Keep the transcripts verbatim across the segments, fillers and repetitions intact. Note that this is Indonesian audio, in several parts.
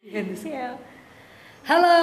Ya. Halo.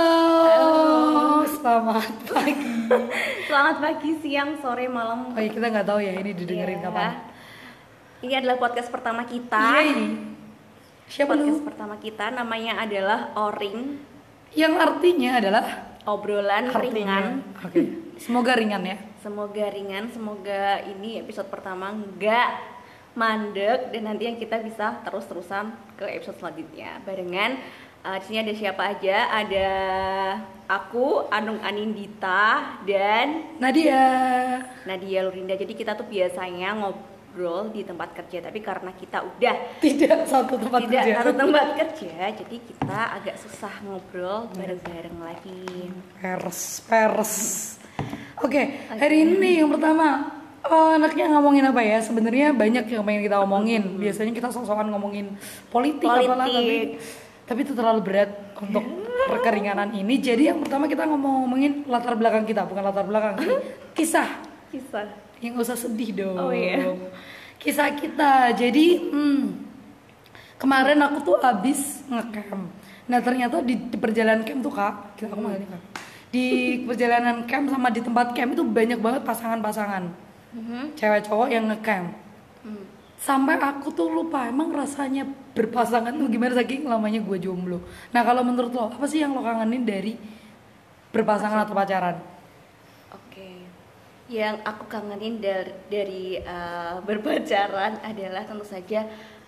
Halo. Selamat pagi. Selamat pagi, siang, sore, malam. Oh iya, kita nggak tahu ya ini didengerin Ya. kapan. Ini adalah podcast pertama kita. Iya ini. Siapa Podcast lu? pertama kita namanya adalah Oring, Yang artinya adalah obrolan artinya. ringan. Oke. Semoga ringan ya. Semoga ringan, semoga ini episode pertama nggak mandek dan nanti yang kita bisa terus-terusan ke episode selanjutnya barengan. Uh, di sini ada siapa aja? Ada aku, Anung Anindita, dan Nadia. Nadia Lurinda. Jadi kita tuh biasanya ngobrol di tempat kerja, tapi karena kita udah Tidak satu tempat tidak kerja. satu tempat kerja, jadi kita agak susah ngobrol bareng-bareng lagi. Pers, pers. Oke, hari ini yang pertama, oh, enaknya ngomongin apa ya? Sebenarnya banyak yang pengen kita omongin. Biasanya kita sok-sokan ngomongin politik, apalah, tapi Politik. tapi itu terlalu berat untuk perkeringanan ini. Jadi yang pertama kita ngomong-ngomongin latar belakang kita, bukan latar belakang sih. Kisah. Kisah. Yang gak usah sedih dong. Oh, iya. Kisah kita. Jadi hmm, kemarin aku tuh abis ngecamp. Nah ternyata di, di perjalanan camp tuh kak, kita aku manggilnya kak. Di perjalanan camp sama di tempat camp itu banyak banget pasangan-pasangan, Mhm. cewek cowok yang ngecamp. Hmm. Sampai aku tuh lupa emang rasanya berpasangan tuh gimana saking lamanya gue jomblo. Nah kalau menurut lo apa sih yang lo kangenin dari berpasangan atau pacaran? Oke. Yang aku kangenin dari, dari uh, berpacaran adalah tentu saja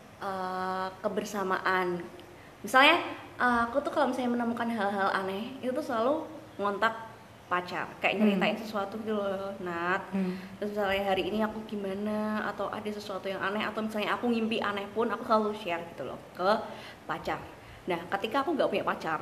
uh, kebersamaan. Misalnya uh, aku tuh kalau misalnya menemukan hal-hal aneh itu tuh selalu ngontak pacar, kayak nyeritain sesuatu gitu loh, Nat. Hmm. Terus misalnya hari ini aku gimana, atau ada sesuatu yang aneh, atau misalnya aku ngimpi aneh pun aku selalu share gitu loh ke pacar. Nah ketika aku nggak punya pacar,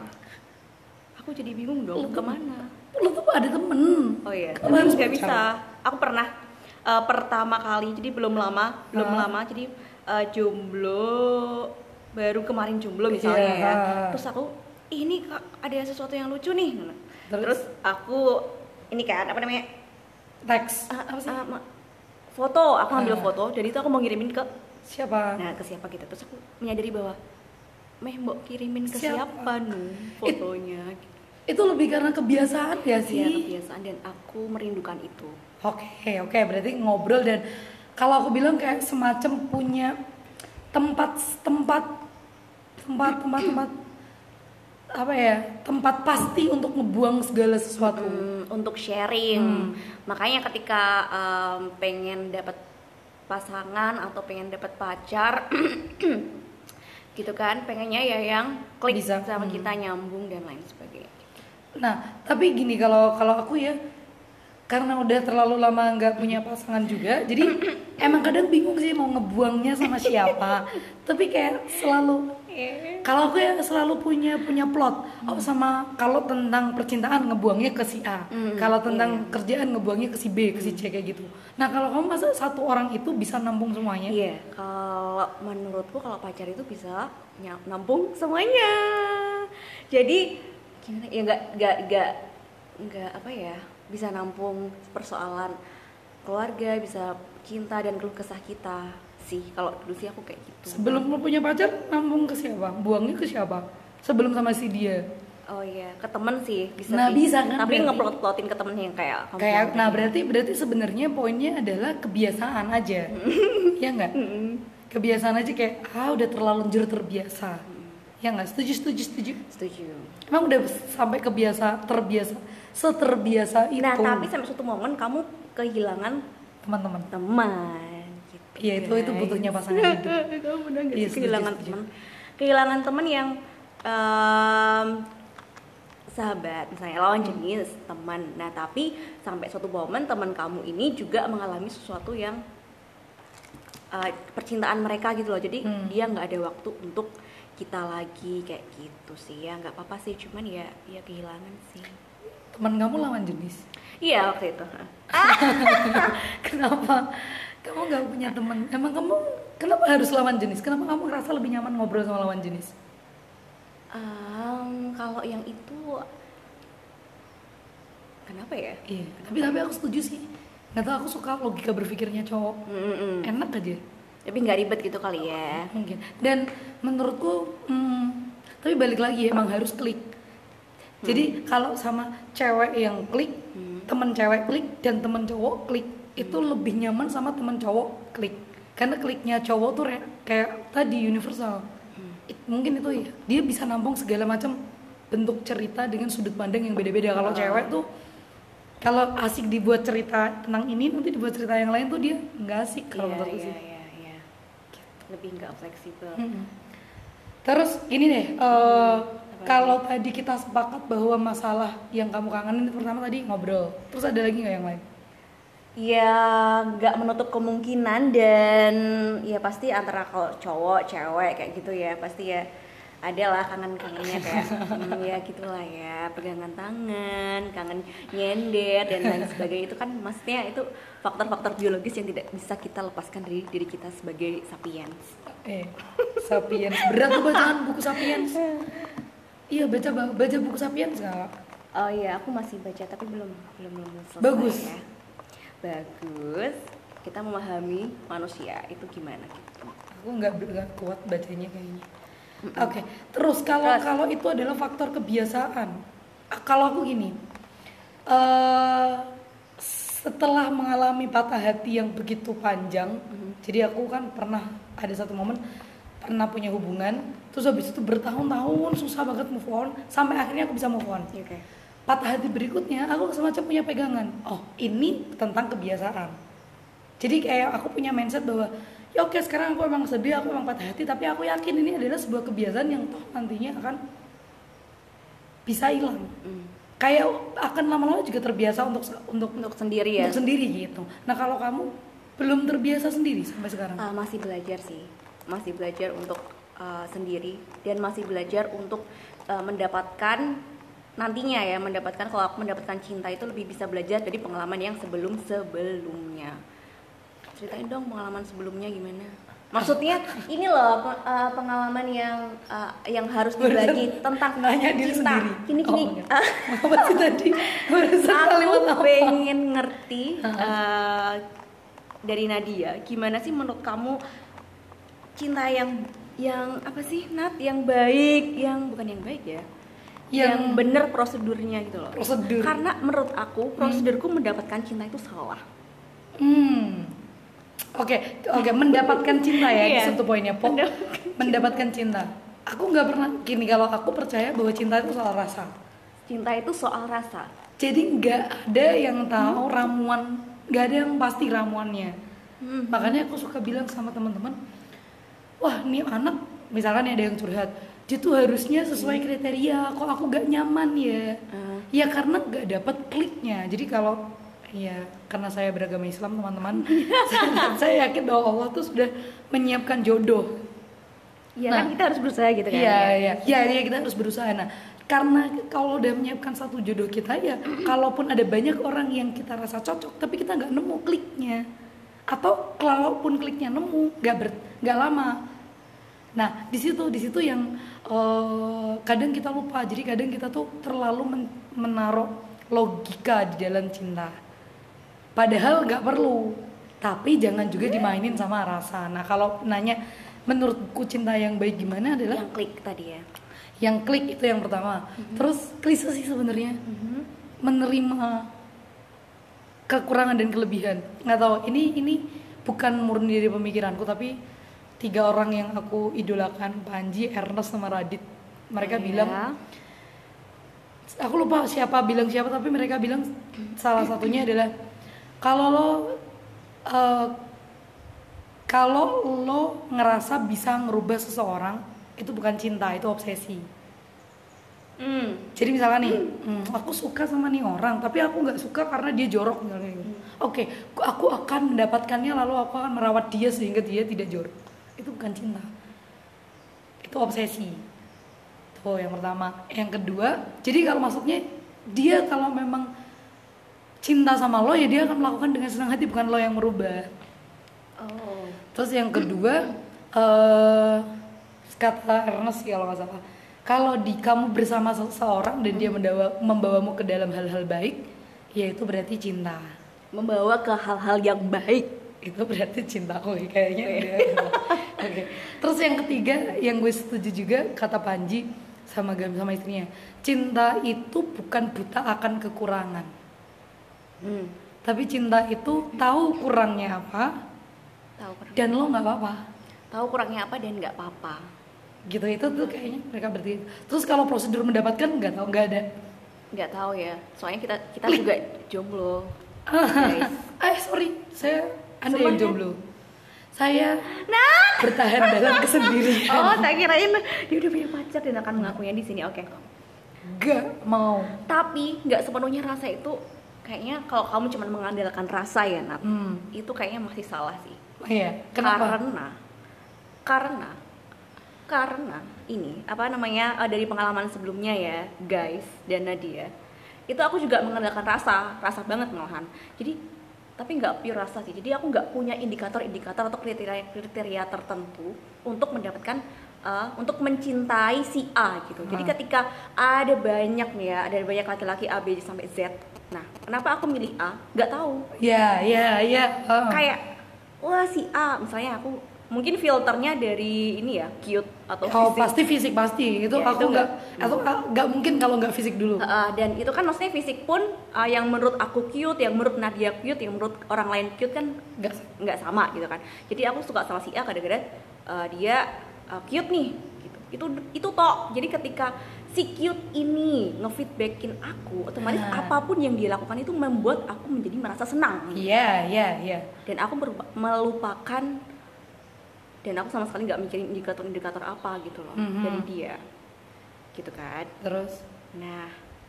aku jadi bingung dong Lu- kemana. Lo tuh ada temen. Oh iya, Kenapa tapi harus nggak pacaran? bisa. Aku pernah uh, pertama kali, jadi belum lama, belum Hah? lama, jadi uh, jomblo, baru kemarin jomblo misalnya Iya. ya. Terus aku, "Ih, ini Kak, ada sesuatu yang lucu nih." Terus? Terus, aku ini kan apa namanya? Teks. Uh, Apa sih? uh, ma- foto, aku ngambil Ah. foto, dan itu aku mau ngirimin ke, Siapa? nah ke siapa gitu. Terus aku menyadari bahwa, meh mbok kirimin ke Siapa? siapa, nu fotonya? Gitu. Itu lebih karena kebiasaan ya sih? Iya, kebiasaan, dan aku merindukan itu. Oke, oke, berarti ngobrol dan kalau aku bilang kayak semacam punya tempat tempat tempat tempat tempat apa ya? Tempat pasti untuk ngebuang segala sesuatu. Hmm, untuk sharing. Hmm. Makanya ketika em, pengen dapat pasangan atau pengen dapat pacar gitu kan, pengennya ya yang klik Bisa, sama hmm. kita, nyambung dan lain sebagainya. Nah, tapi gini kalau kalau aku ya karena udah terlalu lama nggak punya pasangan juga, jadi emang kadang bingung sih mau ngebuangnya sama siapa. Tapi kayak selalu kalau aku ya selalu punya punya plot. Oh sama kalau tentang percintaan ngebuangnya ke si A. Hmm, Kalau tentang iya. kerjaan ngebuangnya ke si B, ke si C kayak gitu. Nah kalau kamu masa satu orang itu bisa nampung semuanya? Iya, kalau menurutku kalau pacar itu bisa ny- nampung semuanya. Jadi gimana ya, nggak nggak nggak nggak apa ya, bisa nampung persoalan keluarga, bisa cinta dan keluh kesah kita sih. Kalau dulu sih aku kayak gitu. Sebelum lo punya pacar nampung ke siapa? Buangnya ke siapa? Sebelum sama si dia. Oh iya, ke temen sih bisa. Nah, sih. bisa kan, Tapi berarti. ngeplot-plotin ke temen yang kayak kamu Kayak bilang nah tadi. berarti berarti sebenarnya poinnya adalah kebiasaan aja. Ya enggak? Mm-mm. Kebiasaan aja kayak ah udah terlanjur terbiasa. Ya enggak? Setuju setuju setuju. Setuju. Emang udah sampai kebiasa terbiasa seterbiasa itu. Nah, tapi sampai suatu momen kamu kehilangan teman-teman. teman gitu. Iya, itu- itu guys. butuhnya pasangan hidup. Kamu benar nggak Iya, sih setuju, kehilangan setuju. teman? Kehilangan teman yang em, sahabat, misalnya lawan jenis teman. Nah, tapi sampai suatu momen teman kamu ini juga mengalami sesuatu yang eh, percintaan mereka gitu loh. Jadi Hmm. dia nggak ada waktu untuk kita lagi kayak gitu sih. Ya nggak apa-apa sih, cuman ya ya kehilangan sih. Teman kamu lawan jenis. Iya, waktu itu. Kenapa? Kamu nggak punya teman? Emang kamu kenapa harus lawan jenis? Kenapa kamu ngerasa lebih nyaman ngobrol sama lawan jenis? Em, kalau yang itu kenapa ya? Iya, tapi tapi aku setuju sih. Nggak tahu, aku suka logika berpikirnya cowok. Mm-mm. Enak aja Tapi nggak ribet gitu kali ya. mungkin. Dan menurutku hmm, Tapi balik lagi emang harus klik. Jadi kalau sama cewek yang klik, hmm. temen cewek klik dan temen cowok klik, hmm. itu lebih nyaman sama temen cowok klik. Karena kliknya cowok tuh re- kayak tadi universal. Hmm. It, mungkin itu ya. Dia bisa nampung segala macam bentuk cerita dengan sudut pandang yang beda-beda. Kalau oh. cewek tuh kalau asik dibuat cerita tentang ini, nanti dibuat cerita yang lain tuh dia nggak asik kalau yeah, menurut yeah, sih. Yeah, yeah. Lebih nggak fleksibel. Hmm. Terus gini deh. Uh, Kalau tadi kita sepakat bahwa masalah yang kamu kangenin itu pertama tadi ngobrol, terus ada lagi nggak yang lain? Ya nggak menutup kemungkinan dan ya pasti antara kalau cowok cewek kayak gitu ya pasti ya ada lah kangen-kangennya kayak hmm, ya gitulah ya pegangan tangan, kangen nyender dan lain sebagainya itu kan maksudnya itu faktor-faktor biologis yang tidak bisa kita lepaskan dari diri kita sebagai sapiens. Eh, sapiens berat tuh bacaan buku sapiens. Iya baca baca buku Sapiens nggak? Oh iya aku masih baca tapi belum belum belum selesai. Bagus. Ya. Bagus. Kita memahami manusia itu gimana gitu. Aku nggak nggak kuat bacanya kayaknya. Oke. Okay. Terus kalau kalau itu adalah faktor kebiasaan. Kalau aku gini, uh, setelah mengalami patah hati yang begitu panjang, mm-hmm. jadi aku kan pernah ada satu momen pernah punya hubungan, terus habis itu bertahun-tahun susah banget move on, sampai akhirnya aku bisa move on. Okay. Patah hati berikutnya, aku semacam punya pegangan. Oh, ini tentang kebiasaan. Jadi kayak aku punya mindset bahwa, ya oke sekarang aku emang sedih, aku emang patah hati, tapi aku yakin ini adalah sebuah kebiasaan yang toh nantinya akan bisa hilang. Mm. Kayak akan lama-lama juga terbiasa untuk untuk untuk sendiri ya. Untuk sendiri gitu. Nah kalau kamu belum terbiasa sendiri sampai sekarang? Uh, masih belajar sih. Masih belajar untuk uh, sendiri dan masih belajar untuk uh, mendapatkan nantinya ya mendapatkan kalau aku mendapatkan cinta itu lebih bisa belajar dari pengalaman yang sebelum sebelumnya. Ceritain dong pengalaman sebelumnya gimana? Maksudnya ini loh uh, pengalaman yang uh, yang harus dibagi tentang nanya diri cinta. Sendiri. Gini gini. Oh, apa sih tadi? Aku pengen ngerti uh, dari Nadia gimana sih menurut kamu cinta yang yang apa sih Nat yang baik yang bukan yang baik ya yang, yang bener prosedurnya gitu loh. Prosedur. Karena menurut aku prosedurku hmm. mendapatkan cinta itu salah. Hmm. Oke okay. oke okay. Mendapatkan cinta ya yeah. Itu satu poinnya po. Mendapatkan, mendapatkan cinta. Aku nggak pernah gini kalau aku percaya bahwa cinta itu soal rasa. Cinta itu soal rasa. Jadi nggak ada yang tahu hmm. ramuan, nggak ada yang pasti ramuannya. Hmm. Makanya aku suka bilang sama teman-teman. Wah nih anak misalkan ada yang curhat dia tuh harusnya sesuai kriteria kok aku gak nyaman ya uh. ya karena gak dapet kliknya. Jadi kalau ya karena saya beragama Islam teman-teman saya, saya yakin bahwa Allah tuh sudah menyiapkan jodoh ya nah, kan kita harus berusaha gitu kan ya ya ya, ya kita harus berusaha. Nah karena kalau udah menyiapkan satu jodoh kita ya kalaupun ada banyak orang yang kita rasa cocok tapi kita gak nemu kliknya atau kalaupun kliknya nemu gak ber, gak lama. Nah di situ di situ yang uh, kadang kita lupa. Jadi kadang kita tuh terlalu men- menaruh logika di dalam cinta. Padahal nggak perlu. Tapi jangan juga dimainin sama rasa. Nah kalau nanya menurutku cinta yang baik gimana adalah yang klik tadi ya. Yang klik itu yang pertama. Mm-hmm. Terus klise sih sebenarnya mm-hmm. menerima kekurangan dan kelebihan. Nggak tahu ini ini bukan murni dari pemikiranku tapi tiga orang yang aku idolakan, Panji, Ernest, sama Radit. Mereka oh, bilang, ya. Aku lupa siapa bilang siapa, tapi mereka bilang salah satunya adalah kalau lo, uh, kalau lo ngerasa bisa ngerubah seseorang, itu bukan cinta, itu obsesi. Mm. Jadi misalnya nih, mm, aku suka sama nih orang, tapi aku nggak suka karena dia jorok misalnya. Mm. Oke, okay, aku akan mendapatkannya, lalu aku akan merawat dia sehingga dia tidak jorok. Itu bukan cinta, itu obsesi. Tuh yang pertama. Yang kedua, jadi kalau maksudnya dia kalau memang cinta sama lo ya dia akan melakukan dengan senang hati, bukan lo yang merubah. Oh. Terus yang kedua, uh, kata Ernest kalau nggak salah, kalau di kamu bersama seseorang dan dia membawa, membawamu ke dalam hal-hal baik, ya itu berarti cinta. Membawa ke hal-hal yang baik itu berarti cintaku kayaknya. Oke. Okay. Terus yang ketiga yang gue setuju juga kata Panji, sama Gam sama istrinya. Cinta itu bukan buta akan kekurangan. Hmm. Tapi cinta itu tahu kurangnya apa Tahu kurang. dan lo nggak apa-apa. Tahu kurangnya apa dan nggak apa-apa. Gitu itu tuh kayaknya mereka bertiga. Terus kalau prosedur mendapatkan nggak tahu, nggak ada. Nggak tahu ya. Soalnya kita kita juga jomblo. Guys. eh sorry, saya anda yang Sebenarnya- jomblo. Saya Nah, bertahan dalam kesendirian. oh tak kirain dia udah punya pacar dan akan mengakuinya di sini. Oke. Gak mau. Tapi nggak sepenuhnya rasa itu kayaknya kalau kamu cuma mengandalkan rasa ya Nat, Hmm. itu kayaknya masih salah sih. Oh iya, kenapa? Karena karena karena ini apa namanya eh, dari pengalaman sebelumnya ya guys dan Nadia, itu aku juga mengandalkan rasa, rasa banget malahan. Jadi tapi nggak pure rasa sih. Jadi aku nggak punya indikator-indikator atau kriteria-kriteria tertentu untuk mendapatkan uh, untuk mencintai si A gitu. Jadi Hmm. ketika ada banyak nih ya, ada banyak laki-laki A, B sampai Z. Nah, kenapa aku milih A? Nggak tahu. Ya, ya, ya. uh. Kayak wah si A, misalnya aku mungkin filternya dari ini ya, cute atau Oh fisik. pasti fisik pasti itu Ya, aku itu nggak nggak- atau nggak mungkin kalau nggak fisik dulu. Uh, dan itu kan maksudnya fisik pun uh, yang menurut aku cute, yang menurut Nadia cute, yang menurut orang lain cute kan Nggak. nggak sama gitu kan. Jadi aku suka sama si A kadang-kadang uh, dia uh, cute nih gitu. Itu itu toh. Jadi ketika si cute ini ngefeedbackin aku, otomatis Ah. apapun yang dia lakukan itu membuat aku menjadi merasa senang. Iya, iya, iya. Dan aku merupa- melupakan dan aku sama sekali nggak mikirin indikator-indikator apa gitu loh Mhm. dari dia. Gitu kan. Terus Nah,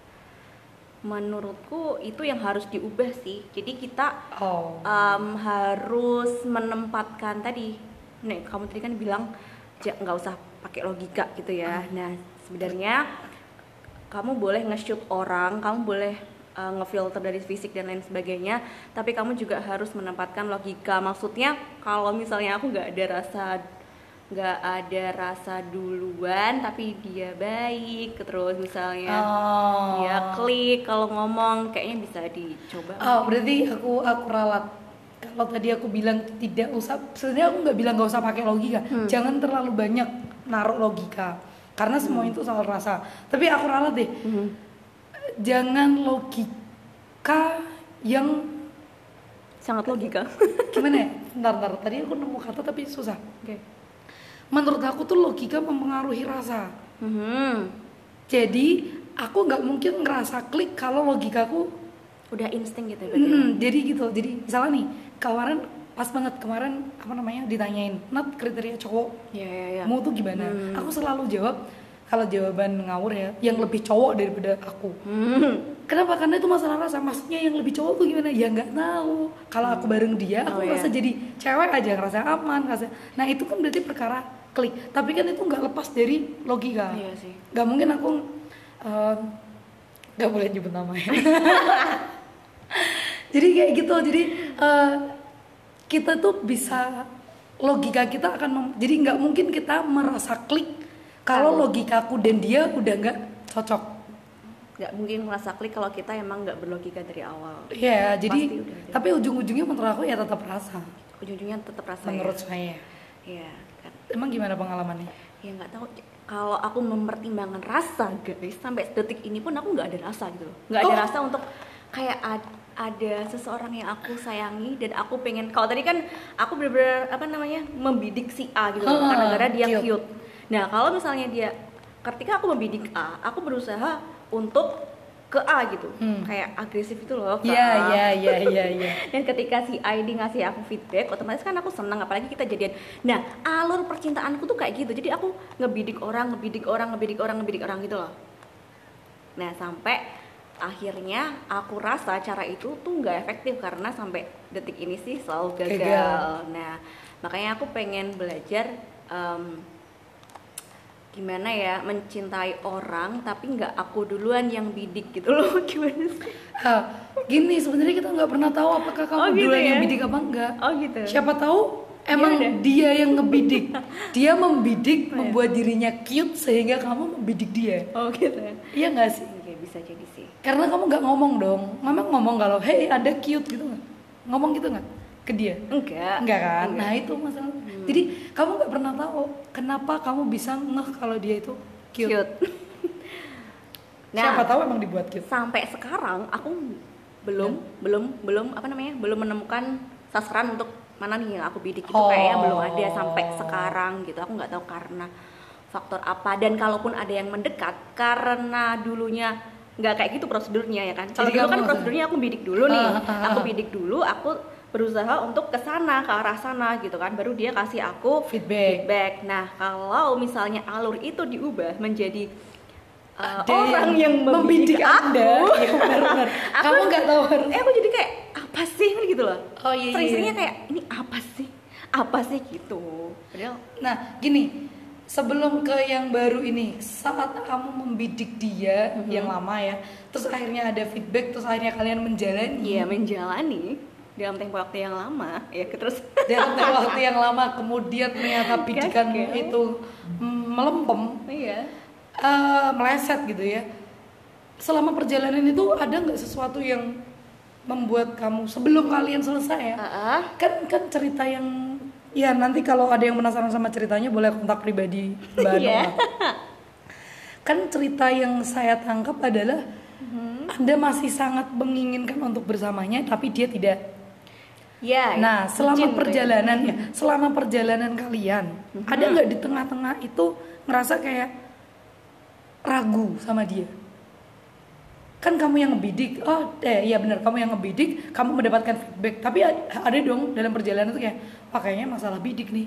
menurutku itu yang harus diubah sih. Jadi kita oh um, harus menempatkan tadi, nih kamu tadi kan bilang ja- nggak usah pakai logika gitu ya. Nah, sebenarnya kamu boleh nge-shoot orang, kamu boleh uh, ngefilter dari fisik dan lain sebagainya, tapi kamu juga harus menempatkan logika. Maksudnya kalau misalnya aku nggak ada rasa nggak ada rasa duluan tapi dia baik terus misalnya oh dia klik kalau ngomong kayaknya bisa dicoba. oh berarti aku aku ralat kalau tadi aku bilang tidak usah, sebenarnya aku nggak bilang nggak usah pakai logika. Hmm. Jangan terlalu banyak naruh logika karena semua itu soal rasa. Tapi aku ralat deh, Mhm. jangan logika yang Sangat logika. gimana ya? Ntar, ntar, tadi aku nemu kata tapi susah. Oke. Menurut aku tuh logika mempengaruhi rasa. Mhm. Jadi aku nggak mungkin ngerasa klik kalau logikaku. Udah insting gitu ya berarti. Mm, jadi gitu. Jadi misalnya nih kemarin pas banget kemarin apa namanya ditanyain Nat kriteria cowok Iya iya iya. mau tuh gimana? Hmm. Aku selalu jawab kalau jawaban ngawur ya yang lebih cowok daripada aku. Hmm. Kenapa? Karena itu masalah rasa. Maksudnya yang lebih cowok tuh gimana? Ya nggak tahu. Kalau aku bareng dia, aku Oh, ngerasa iya. jadi cewek aja, ngerasa aman, ngerasa. Nah itu kan berarti perkara klik. Tapi kan itu nggak lepas dari logika. Iya sih. Gak mungkin aku em, nggak boleh nyebut namanya. Jadi kayak gitu. Jadi eh, kita tuh bisa logika kita akan mem- jadi nggak mungkin kita merasa klik kalau Kalau- logikaku dan dia udah nggak cocok. Nggak mungkin merasa klik kalau kita emang nggak berlogika dari awal. Iya, jadi Pasti udah ada. tapi ujung-ujungnya menurut aku ya tetap rasa. Ujung-ujungnya tetap rasa. Menurut ya. saya. Iya. Kan. Emang gimana pengalamannya? Ya nggak tahu. Kalau aku mempertimbangkan rasa guys, sampai detik ini pun aku nggak ada rasa gitu loh. Nggak ada Oh. rasa untuk kayak ad- ada seseorang yang aku sayangi dan aku pengen. Kalau tadi kan aku bener-bener apa namanya membidik si A gitu loh, Ah, karena gara dia cute. cute. Nah kalau misalnya dia, ketika aku membidik A, aku berusaha untuk ke A gitu, Hmm. kayak agresif itu loh ke Iya, A. iya, iya, iya, iya. Dan ketika si A ini ngasih aku feedback, otomatis kan aku seneng, apalagi kita jadian. Nah, alur percintaanku tuh kayak gitu. Jadi aku ngebidik orang, ngebidik orang, ngebidik orang, ngebidik orang gitu loh. Nah, sampai akhirnya aku rasa cara itu tuh nggak efektif karena sampai detik ini sih selalu gagal. Gagal. Nah, makanya aku pengen belajar em, gimana ya mencintai orang tapi nggak aku duluan yang bidik gitu loh. Gimana sih? Ah, gini sebenarnya kita nggak pernah tahu apakah kamu Oh, gitu duluan ya? yang bidik apa enggak. Oh gitu. Siapa tahu emang udah. dia yang ngebidik. Dia membidik, Oh, ya. membuat dirinya cute sehingga kamu membidik dia. Oh gitu ya. Iya nggak sih? Oke, bisa jadi sih. Karena kamu nggak ngomong dong. Memang ngomong kalau hey ada cute gitu nggak? Ngomong gitu nggak ke dia? Enggak. Enggak kan? Enggak. Nah itu masalah. Jadi kamu nggak pernah tahu kenapa kamu bisa ngeh kalau dia itu cute. Cute. Nah, siapa tahu emang dibuat gitu. Sampai sekarang aku belum hmm. belum belum apa namanya belum menemukan sasaran untuk mana nih yang aku bidik itu. Oh. Kayaknya belum ada sampai sekarang gitu. Aku nggak tahu karena faktor apa, dan kalaupun ada yang mendekat karena dulunya nggak kayak gitu prosedurnya ya kan. Kalau dulu kan prosedurnya aku bidik dulu nih, uh, uh, uh. aku bidik dulu, aku berusaha untuk ke sana, ke arah sana gitu kan, baru dia kasih aku feedback. feedback. Nah, kalau misalnya alur itu diubah menjadi uh, orang yang membidik, membidik Anda, aku, ya, benar-benar. Kamu nggak tahu harus. Eh, aku jadi kayak apa sih gitu loh. Oh iya. Sering-seringnya iya. kayak ini apa sih, apa sih gitu. Padahal, nah gini. Sebelum ke yang baru ini, saat kamu membidik dia mm-hmm. yang lama ya, terus akhirnya ada feedback, terus akhirnya kalian menjalani. Iya, menjalani dalam tempo waktu yang lama, ya terus. Dalam tempo waktu yang lama, kemudian ternyata bidikanmu itu melempem, iya, uh, meleset gitu ya. Selama perjalanan itu ada nggak sesuatu yang membuat kamu sebelum kalian selesai ya? Uh-uh. Kan kan cerita yang ya nanti kalau ada yang penasaran sama ceritanya boleh kontak pribadi Mbak yeah. Noah. Kan cerita yang saya tangkap adalah mm-hmm. Anda masih sangat menginginkan untuk bersamanya tapi dia tidak. Ya. Yeah, nah selama perjalanan ya, selama perjalanan kalian mm-hmm. ada nggak di tengah-tengah itu ngerasa kayak ragu sama dia? Kan kamu yang ngebidik, oh eh iya benar kamu yang ngebidik, kamu mendapatkan feedback, tapi ada dong dalam perjalanan itu kayak, wah kayaknya masalah bidik nih.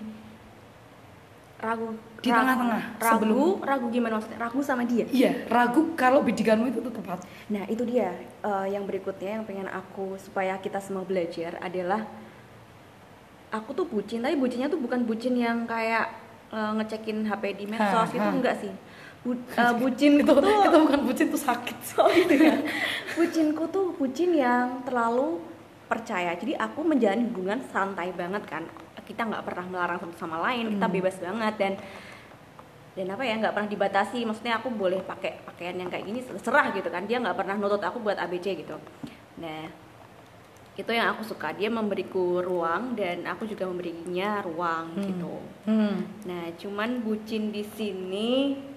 Ragu di ragu, tengah-tengah ragu, sebelum ragu gimana maksudnya? Ragu sama dia? Iya, ragu kalau bidikanmu itu tepat. Nah itu dia uh, yang berikutnya yang pengen aku supaya kita semua belajar adalah aku tuh bucin, tapi bucinnya tuh bukan bucin yang kayak uh, ngecekin H P di medsos, itu enggak sih. Bu, uh, bucin itu, tuh itu bukan bucin, tuh sakit. Oh gitu ya. Bucinku tuh bucin yang terlalu percaya. Jadi aku menjalani hubungan santai banget kan. Kita nggak pernah melarang satu sama lain, hmm. kita bebas banget dan dan apa ya nggak pernah dibatasi. Maksudnya aku boleh pakai pakaian yang kayak gini serah gitu kan. Dia nggak pernah nuntut aku buat A B C gitu. Nah itu yang aku suka, dia memberiku ruang dan aku juga memberinya ruang hmm. gitu. Hmm. Nah cuman bucin di sini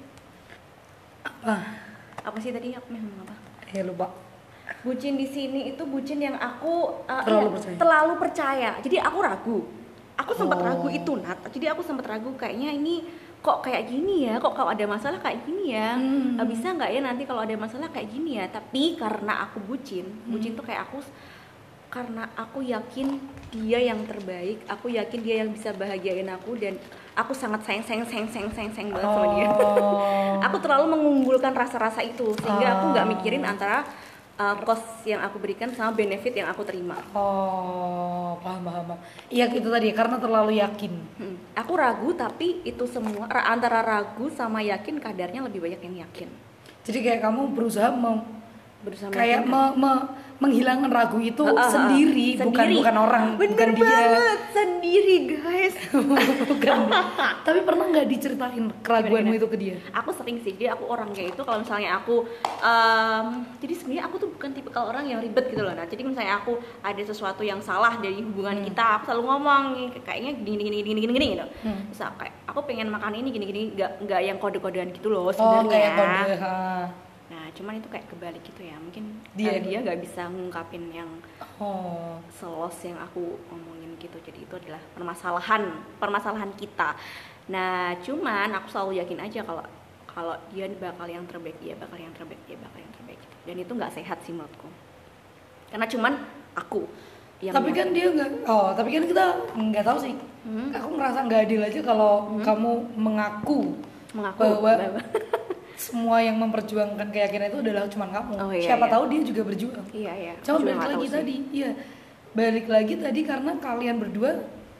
apa apa sih tadi aku ngomong apa ya lupa. Bucin di sini itu bucin yang aku uh, terlalu, ya, percaya. terlalu percaya jadi aku ragu aku sempat oh. ragu itu Nat, jadi aku sempat ragu kayaknya ini kok kayak gini ya, kok kalau ada masalah kayak gini ya hmm. bisa nggak ya nanti kalau ada masalah kayak gini ya. Tapi karena aku bucin hmm. bucin tuh kayak aku karena aku yakin dia yang terbaik, aku yakin dia yang bisa bahagiain aku dan aku sangat sayang sayang sayang sayang sayang, sayang banget oh. sama dia. Aku terlalu mengunggulkan rasa-rasa itu sehingga oh. aku nggak mikirin antara uh, cost yang aku berikan sama benefit yang aku terima. Oh, paham paham. Iya itu tadi karena terlalu yakin. Hmm. Aku ragu tapi itu semua antara ragu sama yakin kadarnya lebih banyak yang yakin. Jadi kayak kamu berusaha mau berusaha kayak me, me, menghilangkan ragu itu uh, uh, sendiri, sendiri, bukan bukan orang, bener bukan dia. Banget, sendiri guys. Bukan. Tapi pernah nggak diceritain keraguanmu itu ke dia? Aku sering sih, dia aku orangnya itu kalau misalnya aku, um, jadi sebenarnya aku tuh bukan tipikal orang yang ribet gitu loh. Nah, jadi misalnya aku ada sesuatu yang salah dari hubungan hmm. kita, aku selalu ngomong kayaknya gini gini gini gini gini gitu. Hmm. Terus kayak aku pengen makan ini gini gini, nggak nggak yang kode-kodean gitu loh sebenarnya. Oh, kayak kode. Ha. Nah, cuman itu kayak kebalik gitu ya. Mungkin dia dia nggak bisa ngungkapin yang oh. selos yang aku omongin gitu. Jadi itu adalah permasalahan, permasalahan kita. Nah, cuman aku selalu yakin aja kalau kalau dia bakal yang terbaik, dia bakal yang terbaik, dia bakal yang terbaik. Gitu. Dan itu nggak sehat sih menurutku. Karena cuman aku yang tapi kan dia nggak, oh tapi kan kita nggak tahu sih. Hmm? Aku merasa nggak adil aja kalau hmm? kamu mengaku, mengaku bahwa semua yang memperjuangkan keyakinan itu adalah cuma kamu. Oh, iya, siapa iya. tahu dia juga berjuang. Iya iya. Cuma balik lagi tadi, iya balik lagi tadi karena kalian berdua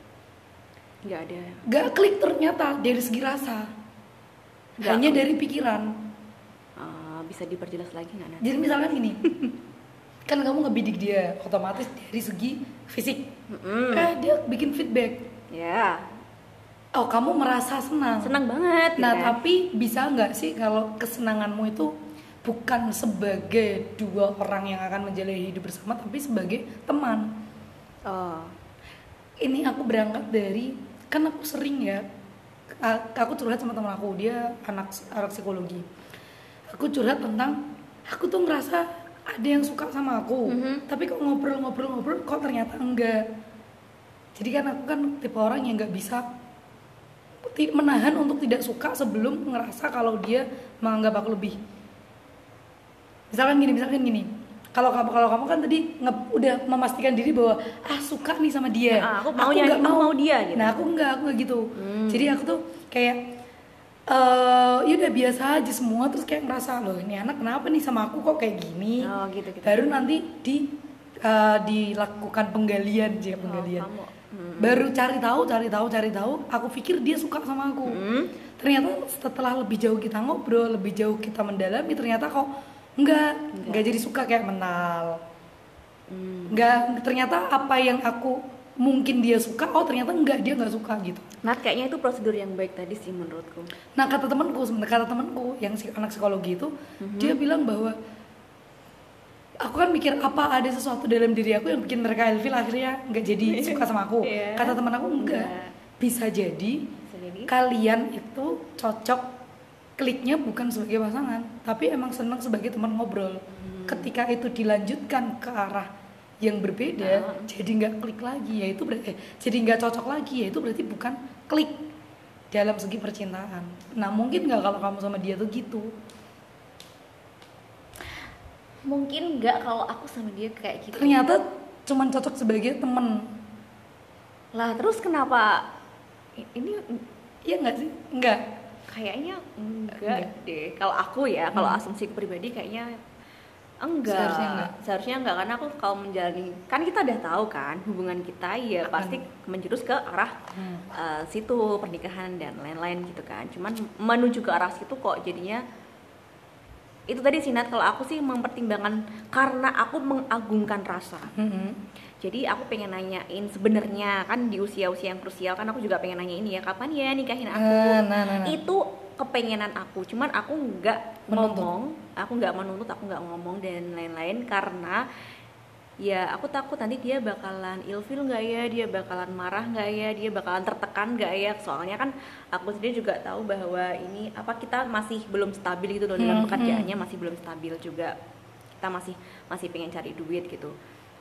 nggak ada. Nggak klik ternyata dari segi rasa. Gak hanya klik. Dari pikiran. Uh, bisa diperjelas lagi nggak? Nanti? Jadi misalkan gini, kan kamu ngebidik dia, otomatis dari segi fisik. Mm-hmm. Eh dia bikin feedback. Ya. Yeah. Oh kamu merasa senang, senang banget. Nah ya? Tapi bisa nggak sih kalau kesenanganmu itu bukan sebagai dua orang yang akan menjalani hidup bersama, tapi sebagai teman. Oh, ini aku berangkat dari, kan aku sering ya, aku curhat sama teman aku, dia anak anak psikologi. Aku curhat tentang aku tuh ngerasa ada yang suka sama aku, Mhm. tapi kok ngobrol-ngobrol-ngobrol kok ternyata enggak. Jadi kan aku kan tipe orang yang nggak bisa ti- menahan untuk tidak suka sebelum ngerasa kalau dia menganggap aku lebih. Misalkan gini, misalkan gini. Kalau kamu kalau kamu kan tadi nge- udah memastikan diri bahwa ah suka nih sama dia. Ah, aku maunya- nggak aku mau dia gitu. Nah aku enggak, aku enggak gitu. Hmm. Jadi aku tuh kayak eh ya udah biasa aja semua, terus kayak ngerasa loh ini anak kenapa nih sama aku kok kayak gini. Oh, gitu, gitu. Baru nanti di eh, dilakukan penggalian aja penggalian. kamu. Hmm. Baru cari tahu, cari tahu, cari tahu. Aku pikir dia suka sama aku. Hmm. Ternyata setelah lebih jauh kita ngobrol, lebih jauh kita mendalami, ternyata kok enggak, enggak, jadi suka kayak menal. Hmm. Enggak, ternyata apa yang aku mungkin dia suka, oh ternyata enggak, dia enggak suka gitu. Nah, kayaknya itu prosedur yang baik tadi sih menurutku. Nah kata temanku, sebenarnya kata temanku yang si anak psikologi itu, dia bilang bahwa aku kan mikir apa ada sesuatu dalam diri aku yang bikin mereka ilfil akhirnya nggak jadi suka sama aku. Iya. Kata teman aku enggak, Enggak. bisa jadi Bisa jadi. kalian itu cocok, kliknya bukan sebagai pasangan, tapi emang senang sebagai teman ngobrol. Ketika itu dilanjutkan ke arah yang berbeda, jadi nggak klik lagi, yaitu berarti eh, jadi nggak cocok lagi, yaitu berarti bukan klik dalam segi percintaan. Nah mungkin nggak kalau kamu sama dia tuh gitu? Mungkin nggak kalau aku sama dia kayak gitu. Ternyata cuman cocok sebagai temen. Lah, terus kenapa i- ini Iya nggak sih? Nggak. kayaknya enggak, Enggak. deh. Kalau aku ya, kalau Hmm. asumsi pribadi kayaknya enggak. Seharusnya enggak. Seharusnya enggak, karena aku kalau menjalani, kan kita udah tahu kan hubungan kita ya Akan. pasti menjurus ke arah Hmm. eh, situ, pernikahan dan lain-lain gitu kan. Cuman menuju ke arah situ kok jadinya itu tadi sih Nat, kalau aku sih mempertimbangkan karena aku mengagungkan rasa. Mm-mm. Jadi aku pengen nanyain sebenarnya kan di usia-usia yang krusial kan aku juga pengen nanya ini ya, kapan ya nikahin aku. Ah, nah, nah, nah. Itu kepengenan aku, cuman aku nggak Menuntut. ngomong, aku nggak menuntut, aku nggak ngomong dan lain-lain karena ya aku takut nanti dia bakalan ilfil nggak ya, dia bakalan marah nggak ya, dia bakalan tertekan nggak ya. Soalnya kan aku sendiri juga tahu bahwa ini apa kita masih belum stabil gitu loh dalam Hmm, pekerjaannya, masih belum stabil juga. Kita masih masih pengen cari duit gitu.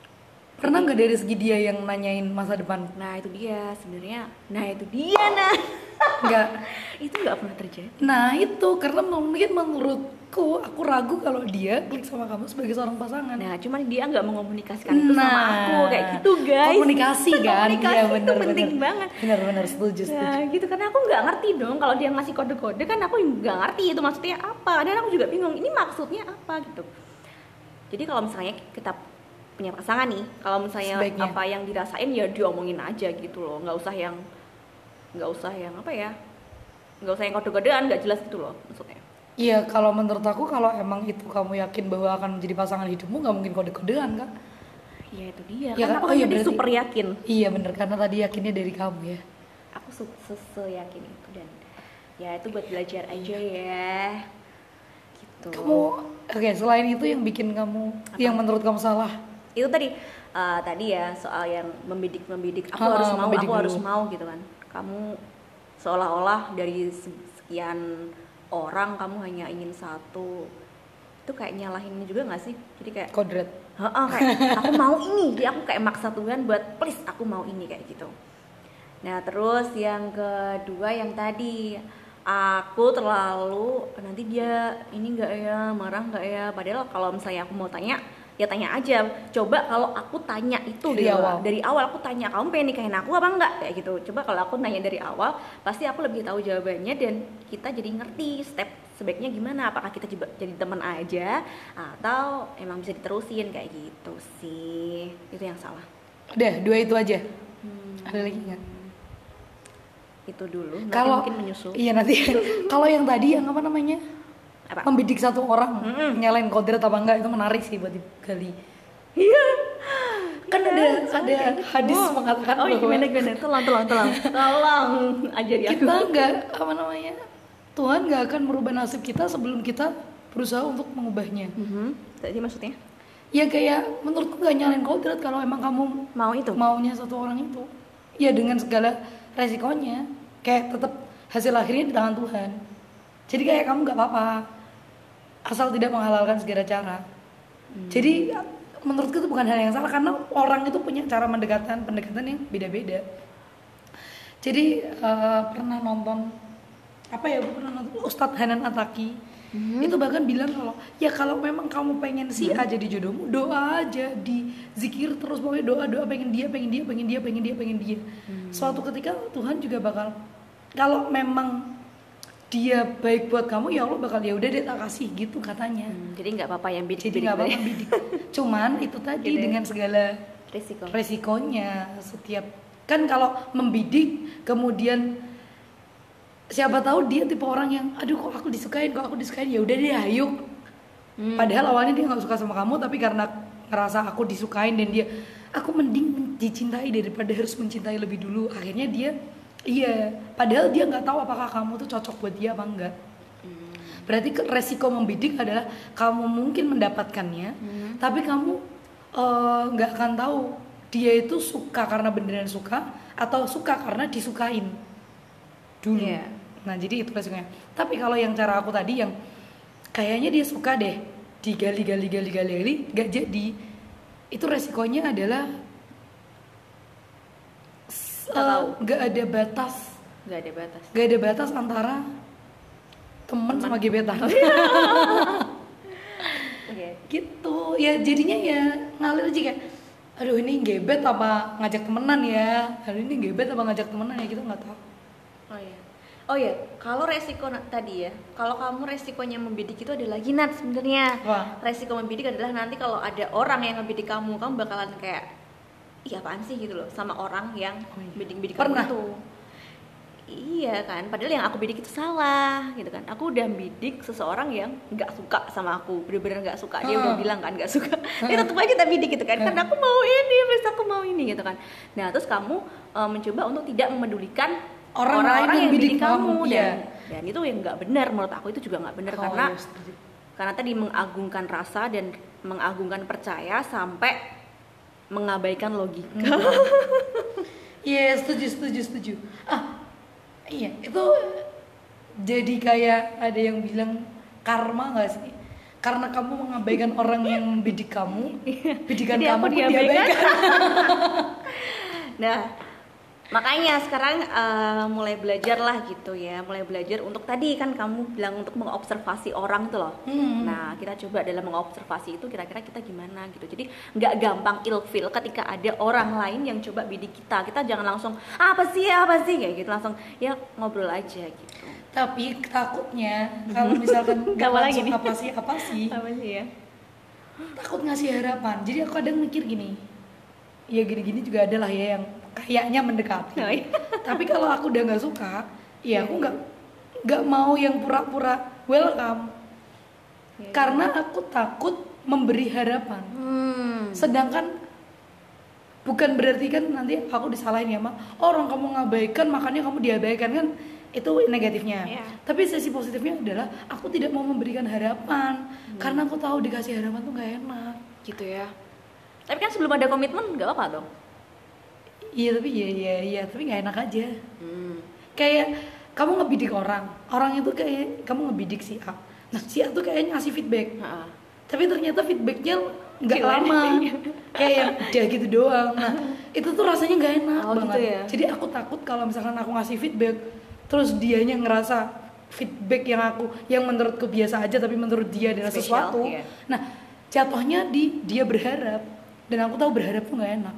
Pernah nggak dari segi dia yang nanyain masa depan? Nah itu dia sebenarnya, nah itu dia nah Nggak. itu nggak pernah terjadi. Nah itu karena mungkin menurutku aku ragu kalau dia klik sama kamu sebagai seorang pasangan. Nah cuman dia nggak mengomunikasikan itu sama Nah, aku kayak gitu guys. komunikasi kan? Komunikasi Iya, itu bener, penting bener. banget. Benar-benar setuju, setuju. Nah gitu karena aku nggak ngerti dong kalau dia ngasih kode-kode kan aku nggak ngerti itu maksudnya apa dan aku juga bingung ini maksudnya apa gitu. Jadi kalau misalnya kita punya pasangan nih, kalau misalnya Sebaiknya. apa yang dirasain ya diomongin aja gitu loh, nggak usah yang nggak usah yang apa ya, nggak usah yang kode-kodean nggak jelas gitu loh maksudnya. Iya, kalau menurut aku kalau emang itu kamu yakin bahwa akan menjadi pasangan hidupmu, nggak mungkin kode-kodean kan? Ya itu dia, Ya kan kan? aku Oh, iya, tadi berarti- super yakin. Iya bener, karena tadi yakinnya dari kamu ya. Aku se yakin itu dan ya itu buat belajar aja ya. Gitu. Kamu, oke selain itu yang bikin kamu, yang menurut kamu salah? Itu tadi eh, tadi ya soal yang membidik membidik aku Ah, harus mau membidik aku harus dulu. mau gitu kan. Kamu seolah-olah dari se- sekian orang kamu hanya ingin satu, itu kayak nyalahin ini juga nggak sih? Jadi kayak Kodrat. heeh, kayak aku mau ini, jadi aku kayak maksa Tuhan buat please aku mau ini kayak gitu. Nah terus yang kedua yang tadi aku terlalu nanti dia ini nggak ya, marah nggak ya, padahal kalau misalnya aku mau tanya ya tanya aja. Coba kalau aku tanya itu Dari gitu, awal. dari awal aku tanya kamu pengen nikahin aku apa enggak kayak gitu. Coba kalau aku nanya dari awal pasti aku lebih tahu jawabannya dan kita jadi ngerti step sebaiknya gimana, apakah kita coba jadi teman aja atau emang bisa diterusin kayak gitu sih. Itu yang salah. Udah, dua itu aja. Hmm, Ada lagi nggak? itu dulu nanti Kalau mungkin menyusul. iya nanti. Kalau yang tadi yang apa namanya? Apa? Membidik satu orang, Mm-mm. nyalain kodrat apa enggak itu menarik sih buat digali. Iya. Kan Iya, ada soalnya ada kayak gitu. hadis mengatakan Oh iya, bahwa gimana gimana? Tolong tolong tolong. Tolong ajari aku. kita enggak apa namanya? Tuhan nggak akan merubah nasib kita sebelum kita berusaha untuk mengubahnya. Mhm. Tadi maksudnya Ya kayak menurutku nggak nyalain kodrat kalau emang kamu mau itu. maunya satu orang itu. Ya dengan segala resikonya, kayak tetap hasil akhirnya di tangan Tuhan. Jadi kayak kamu nggak apa-apa. asal tidak menghalalkan segala cara. Hmm. Jadi menurutku itu bukan hal yang salah karena orang itu punya cara mendekatan pendekatan yang beda-beda. Jadi uh, pernah nonton apa ya? Gue pernah nonton Ustadz Hanan Ataki. Hmm. Itu bahkan bilang kalau ya kalau memang kamu pengen si A jadi jodohmu, doa aja, di zikir terus, pokoknya doa doa pengen dia pengen dia pengen dia pengen dia pengen dia. Hmm. Suatu ketika Tuhan juga bakal, kalau memang dia baik buat kamu, ya Allah bakal ya udah deh tak kasih gitu katanya. Hmm, jadi nggak apa-apa yang bidik. Jadi nggak apa-apa bidik. Cuman itu tadi gitu, dengan segala resiko. resikonya setiap kan kalau membidik kemudian siapa tahu dia tipe orang yang aduh kok aku disukain kok aku disukain ya udah deh ayo. Hmm. Padahal awalnya dia nggak suka sama kamu tapi karena ngerasa aku disukain dan dia aku mending dicintai daripada harus mencintai lebih dulu, akhirnya dia iya, padahal dia nggak tahu apakah kamu tuh cocok buat dia apa enggak. Hmm. Berarti resiko membidik adalah kamu mungkin mendapatkannya, hmm. tapi kamu nggak uh, akan tahu dia itu suka karena beneran suka atau suka karena disukain dulu. Yeah. Nah jadi itu resikonya. Tapi kalau yang cara aku tadi yang kayaknya dia suka deh, digali-gali-gali-gali, nggak jadi, itu resikonya adalah nggak uh, ada batas nggak ada batas nggak ada batas antara teman sama gebetan. Okay. Gitu ya, jadinya ya ngalir aja kayak aduh ini gebet apa ngajak temenan ya, aduh ini gebet apa ngajak temenan ya, kita nggak tahu. Oh ya oh ya kalau resiko tadi ya, kalau kamu resikonya membidik itu ada lagi Nat sebenarnya. Resiko membidik adalah nanti kalau ada orang yang ngebidik kamu, kamu bakalan kayak iya apaan sih gitu loh sama orang yang oh, iya. bidik-bidik kamu itu. Iya kan, padahal yang aku bidik itu salah gitu kan. Aku udah bidik seseorang yang nggak suka sama aku, bener-bener nggak suka. Dia uh. udah bilang kan nggak suka, ya tetap aja kita bidik gitu kan, uh. karena aku mau ini, terus aku mau ini gitu kan. Nah terus kamu uh, mencoba untuk tidak memedulikan orang, orang lain yang, yang bidik kamu, kamu dan, iya. dan itu yang nggak benar menurut aku, itu juga nggak benar oh, karena yes. karena tadi mengagungkan rasa dan mengagungkan percaya sampai mengabaikan logika. Iya, yes, setuju, setuju, setuju. Ah, iya, itu jadi kayak ada yang bilang karma nggak sih? Karena kamu mengabaikan orang yang membidik kamu, bidikan kamu pun diabaikan. Nah, makanya sekarang uh, mulai belajar lah gitu ya, mulai belajar untuk tadi kan kamu bilang untuk mengobservasi orang itu loh. Hmm. Nah kita coba dalam mengobservasi itu kira-kira kita gimana gitu. Jadi nggak gampang ilfil ketika ada orang lain yang coba bidik kita. Kita jangan langsung apa sih apa sih kayak gitu, langsung ya ngobrol aja gitu. Tapi takutnya kalau misalkan nggak langsung apa sih apa sih? Apa sih ya? Takut ngasih harapan. Jadi aku kadang mikir gini, ya gini-gini juga ada lah ya yang kayaknya mendekati. Oh, iya. Tapi kalau aku udah nggak suka, ya aku nggak nggak mau yang pura-pura welcome, ya, karena aku takut memberi harapan. Hmm. Sedangkan bukan berarti kan nanti aku disalahin ya mak, orang kamu ngabaikan makanya kamu diabaikan kan, itu negatifnya. Ya. Tapi sisi positifnya adalah aku tidak mau memberikan harapan, hmm. karena aku tahu dikasih harapan tuh nggak enak. Gitu ya. Tapi kan sebelum ada komitmen nggak apa-apa dong. Iya tapi ya ya ya tapi nggak enak aja. Hmm. Kayak kamu ngebidik orang, orang itu kayak kamu ngebidik si A. Nah si A tuh kayaknya ngasih feedback, ha-ha. Tapi ternyata feedbacknya nggak lama, kayak yang udah gitu doang. Nah itu tuh rasanya nggak enak oh, banget. Gitu ya? Jadi aku takut kalau misalkan aku ngasih feedback, terus dianya ngerasa feedback yang aku yang menurutku biasa aja tapi menurut dia adalah Special, sesuatu. Iya. Nah jatuhnya di dia berharap dan aku tahu berharap tuh nggak enak.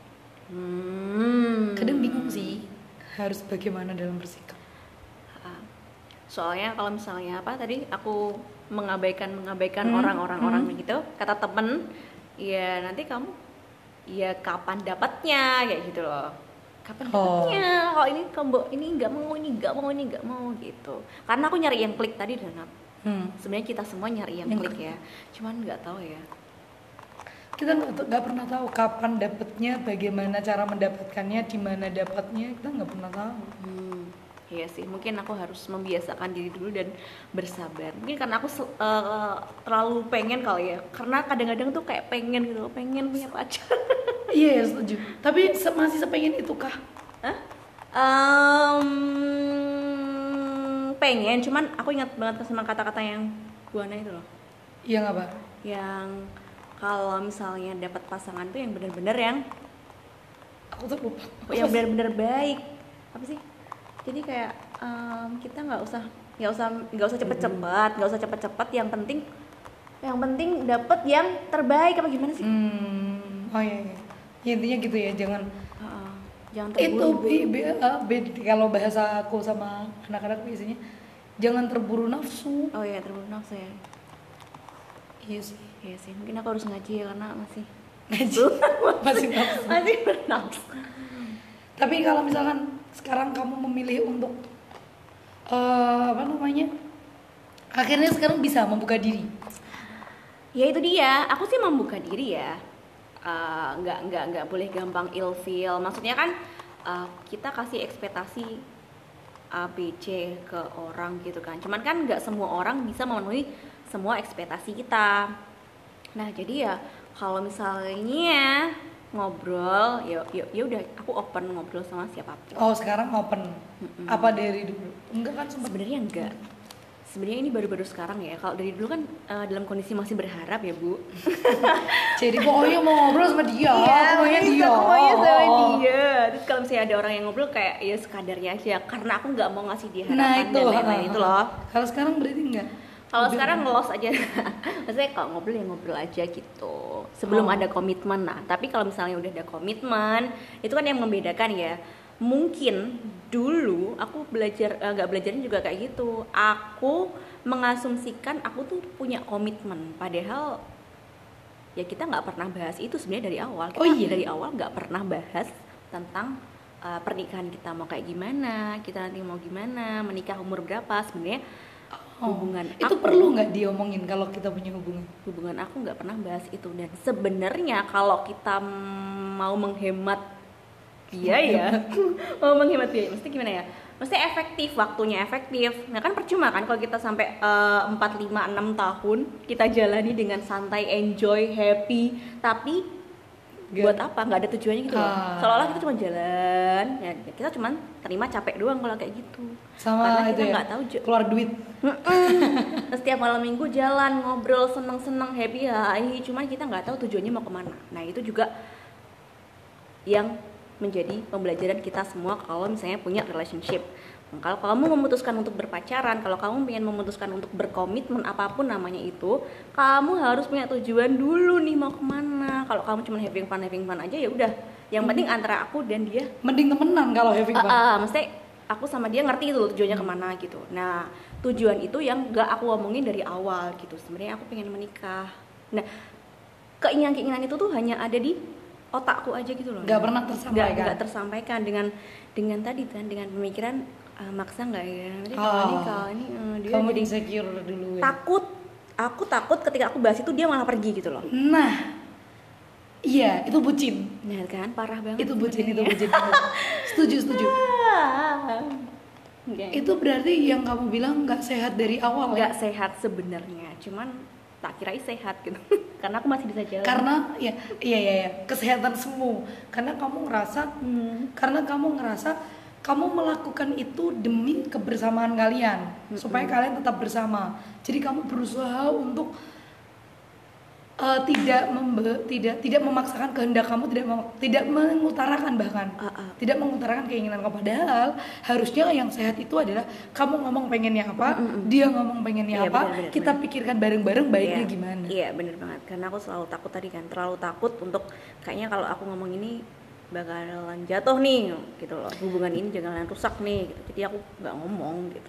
Hmm. Kadang bingung sih harus bagaimana dalam bersikap. Soalnya kalau misalnya apa tadi aku mengabaikan mengabaikan hmm. orang-orang hmm. orang gitu, kata temen, ya nanti kamu ya kapan dapatnya kayak gitu loh. Kapan dapatnya? Kalau oh, ini kamu ini nggak mau ini nggak mau ini nggak mau gitu. Karena aku nyari yang klik tadi dan hmm. sebenarnya kita semua nyari yang, yang klik ya. Cuman nggak tahu ya. Kita nggak pernah tahu kapan dapatnya, bagaimana cara mendapatkannya, di mana dapatnya, kita nggak pernah tahu. Hmm, iya sih, mungkin aku harus membiasakan diri dulu dan bersabar. Mungkin karena aku uh, terlalu pengen kali ya, karena kadang-kadang tuh kayak pengen gitu, pengen punya pacar. Iya, setuju. Tapi masih sepengen itu kah? Hah? Um, pengen, cuman aku ingat banget sama kata-kata yang Buana itu loh. Yang apa? Yang kalau misalnya dapat pasangan tuh yang benar-benar yang Aku tuh lupa. yang benar-benar baik. Apa sih? Jadi kayak em, kita nggak usah nggak usah nggak usah cepet-cepet, nggak usah cepet-cepet. Yang penting yang penting dapat yang terbaik apa gimana sih? Hmm, oh iya, iya. Ya, intinya gitu ya, jangan Heeh. Jangan itu terburu-buru. be- be- eh, be- kalau bahasa aku sama anak-anak biasanya jangan terburu nafsu. Oh iya, terburu nafsu ya. Iya sih. Iya sih, mungkin aku harus ngaji ya karena masih Ngaji masih nafsu. masih bernafsu. Tapi kalau misalkan sekarang kamu memilih untuk eh, apa namanya, akhirnya sekarang bisa membuka diri. Ya itu dia, aku sih membuka diri ya. Eh, nggak nggak nggak boleh gampang ilfeel. Maksudnya kan eh, kita kasih ekspektasi A B C ke orang gitu kan. Cuman kan nggak semua orang bisa memenuhi semua ekspektasi kita. Nah jadi ya kalau misalnya ngobrol, ya ya ya udah aku open ngobrol sama siapapun. Oh sekarang open. Mm-mm. Apa dari dulu? Enggak kan sempat. Sebenarnya enggak. Sebenarnya ini baru-baru sekarang ya. Kalau dari dulu kan eh, dalam kondisi masih berharap ya Bu. Jadi pokoknya mau ngobrol sama dia, pokoknya dia. Pokoknya sama Oh. dia. Terus kalau misalnya ada orang yang ngobrol kayak ya sekadarnya aja, karena aku nggak mau ngasih dia harapan Nah itu, dan lain-lain itu loh. Kalau sekarang berarti enggak. Kalau sekarang ngelos aja. Maksudnya kalau ngobrol ya ngobrol aja gitu. Sebelum Oh. ada komitmen. Nah, tapi kalau misalnya udah ada komitmen, itu kan yang membedakan ya. Mungkin dulu aku belajar eh, nggak belajarnya juga kayak gitu. Aku mengasumsikan aku tuh punya komitmen, padahal ya kita nggak pernah bahas itu sebenarnya dari awal. Kita Oh iya? dari awal nggak pernah bahas tentang eh, pernikahan kita mau kayak gimana, kita nanti mau gimana, menikah umur berapa sebenarnya. Oh. Hubungan Itu aku- perlu nggak diomongin kalau kita punya hubungan? hubungan aku nggak pernah bahas itu. Dan sebenarnya kalau kita mau menghemat biaya mau menghemat biaya mesti gimana ya, mesti efektif, waktunya efektif. Nah kan percuma kan kalau kita sampai eh, empat, lima, enam tahun kita jalani dengan santai, enjoy, happy, tapi Gak. buat apa, nggak ada tujuannya gitu loh. Ah. Seolah-olah kita cuma jalan ya, kita cuma terima capek doang kalau kayak gitu. Sama Karena itu kita ya, nggak tahu ju- keluar duit. Mm-mm. Setiap malam minggu jalan, ngobrol, seneng-seneng, happy, hai. Cuman kita nggak tahu tujuannya mau kemana. Nah itu juga yang menjadi pembelajaran kita semua kalau misalnya punya relationship. Nah, kalau kamu memutuskan untuk berpacaran, kalau kamu ingin memutuskan untuk berkomitmen apapun namanya itu, kamu harus punya tujuan dulu nih mau kemana. Kalau kamu cuma having fun having fun aja ya udah. Yang penting antara aku dan dia. Mending temenan kalau having Ah, fun. ah, mesti aku sama dia ngerti gitu loh tujuannya kemana gitu. Nah tujuan itu yang gak aku omongin dari awal gitu. Sebenarnya aku pengen menikah. Nah keinginan-keinginan itu tuh hanya ada di otakku aja gitu loh. Nggak pernah Nggak- tersampaikan. nggak tersampaikan dengan dengan tadi kan dengan pemikiran ah, maksa nggak ya nanti Oh. kalau ini kalau ini eh, dia Kamu jadi insecure dulu ya. takut. Aku takut ketika aku bahas itu dia malah pergi gitu loh. Nah, iya itu bucin. Nah kan parah banget. Itu bucin, itu sebenarnya. bucin. Setuju, setuju. Ah. Nggak. Itu berarti yang kamu bilang nggak sehat dari awal ya? Nggak sehat sebenarnya, cuman tak kirain sehat gitu. Karena aku masih bisa jalan. Karena ya iya iya iya kesehatan semu. Karena kamu ngerasa Hmm. karena kamu ngerasa kamu melakukan itu demi kebersamaan kalian supaya kalian tetap bersama. Jadi kamu berusaha untuk eh, tidak membe- tidak tidak memaksakan kehendak kamu, tidak mem- tidak mengutarakan bahkan Ah, ah. tidak mengutarakan keinginan kamu. Padahal harusnya yang sehat itu adalah kamu ngomong pengennya apa, dia ngomong pengennya Iya, apa, benar, benar, kita pikirkan bareng-bareng baiknya Iya, gimana. Iya bener banget. Karena aku selalu takut tadi kan, terlalu takut untuk kayaknya kalau aku ngomong ini bakalan jatuh nih gitu loh. Hubungan ini jangan rusak nih gitu. Jadi aku nggak ngomong gitu.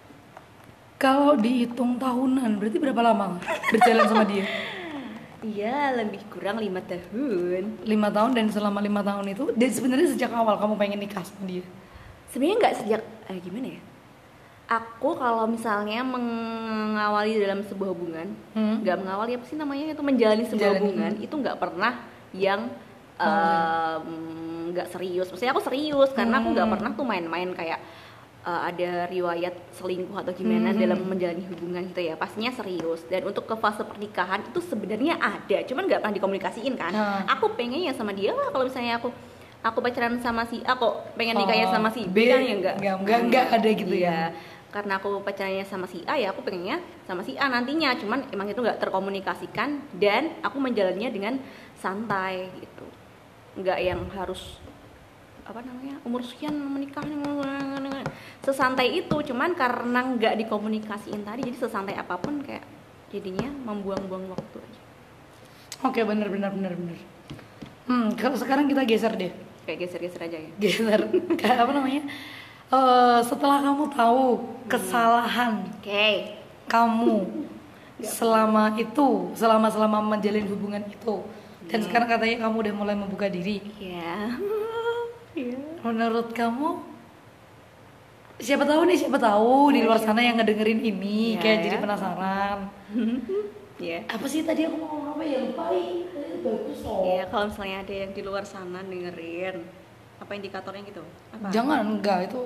Kalau dihitung tahunan, berarti berapa lama berjalan sama dia? Iya lebih kurang lima tahun. Lima tahun dan selama lima tahun itu, dan sebenarnya sejak awal kamu pengen nikah sama dia. Sebenarnya nggak sejak eh, gimana ya? Aku kalau misalnya mengawali dalam sebuah hubungan, Hmm. nggak mengawali apa sih namanya itu menjalani sebuah Menjalani. hubungan itu nggak pernah yang Oh, em, nggak serius. Maksudnya aku serius karena aku nggak Hmm. pernah tuh main-main kayak eh, ada riwayat selingkuh atau gimana Hmm. dalam menjalani hubungan gitu ya. Pastinya serius. Dan untuk ke fase pernikahan itu sebenarnya ada, cuman nggak pernah dikomunikasiin kan. Hmm. Aku pengennya sama dia lah kalau misalnya aku aku pacaran sama si A kok pengen nikahnya Oh, sama si B, B kan ya enggak enggak, enggak, enggak ada gitu iya. ya. karena aku pacarnya sama si A, ya aku pengennya sama si A nantinya, cuman emang itu nggak terkomunikasikan dan aku menjalannya dengan santai gitu, nggak yang harus apa namanya umur sekian menikah, sesantai itu, cuman karena nggak dikomunikasiin tadi, jadi sesantai apapun kayak jadinya membuang-buang waktu aja. Oke, bener bener bener bener. Hmm, kalau sekarang kita geser deh. Kayak geser-geser aja ya. Geser. Kayak apa namanya? Eh, setelah kamu tahu kesalahan Oke. Okay. kamu selama itu, selama selama menjalin hubungan itu, dan Hmm. sekarang katanya kamu udah mulai membuka diri. Iya. Iya. Menurut kamu, siapa tahu nih, siapa tahu di luar sana yang ngedengerin ini Iya, kayak ya. jadi penasaran. Iya. Apa sih tadi aku mau ngomong apa ya? Lupa ih. Tadi bagus loh. Iya, kalau misalnya ada yang di luar sana dengerin, apa indikatornya gitu? Apa? Jangan, enggak itu.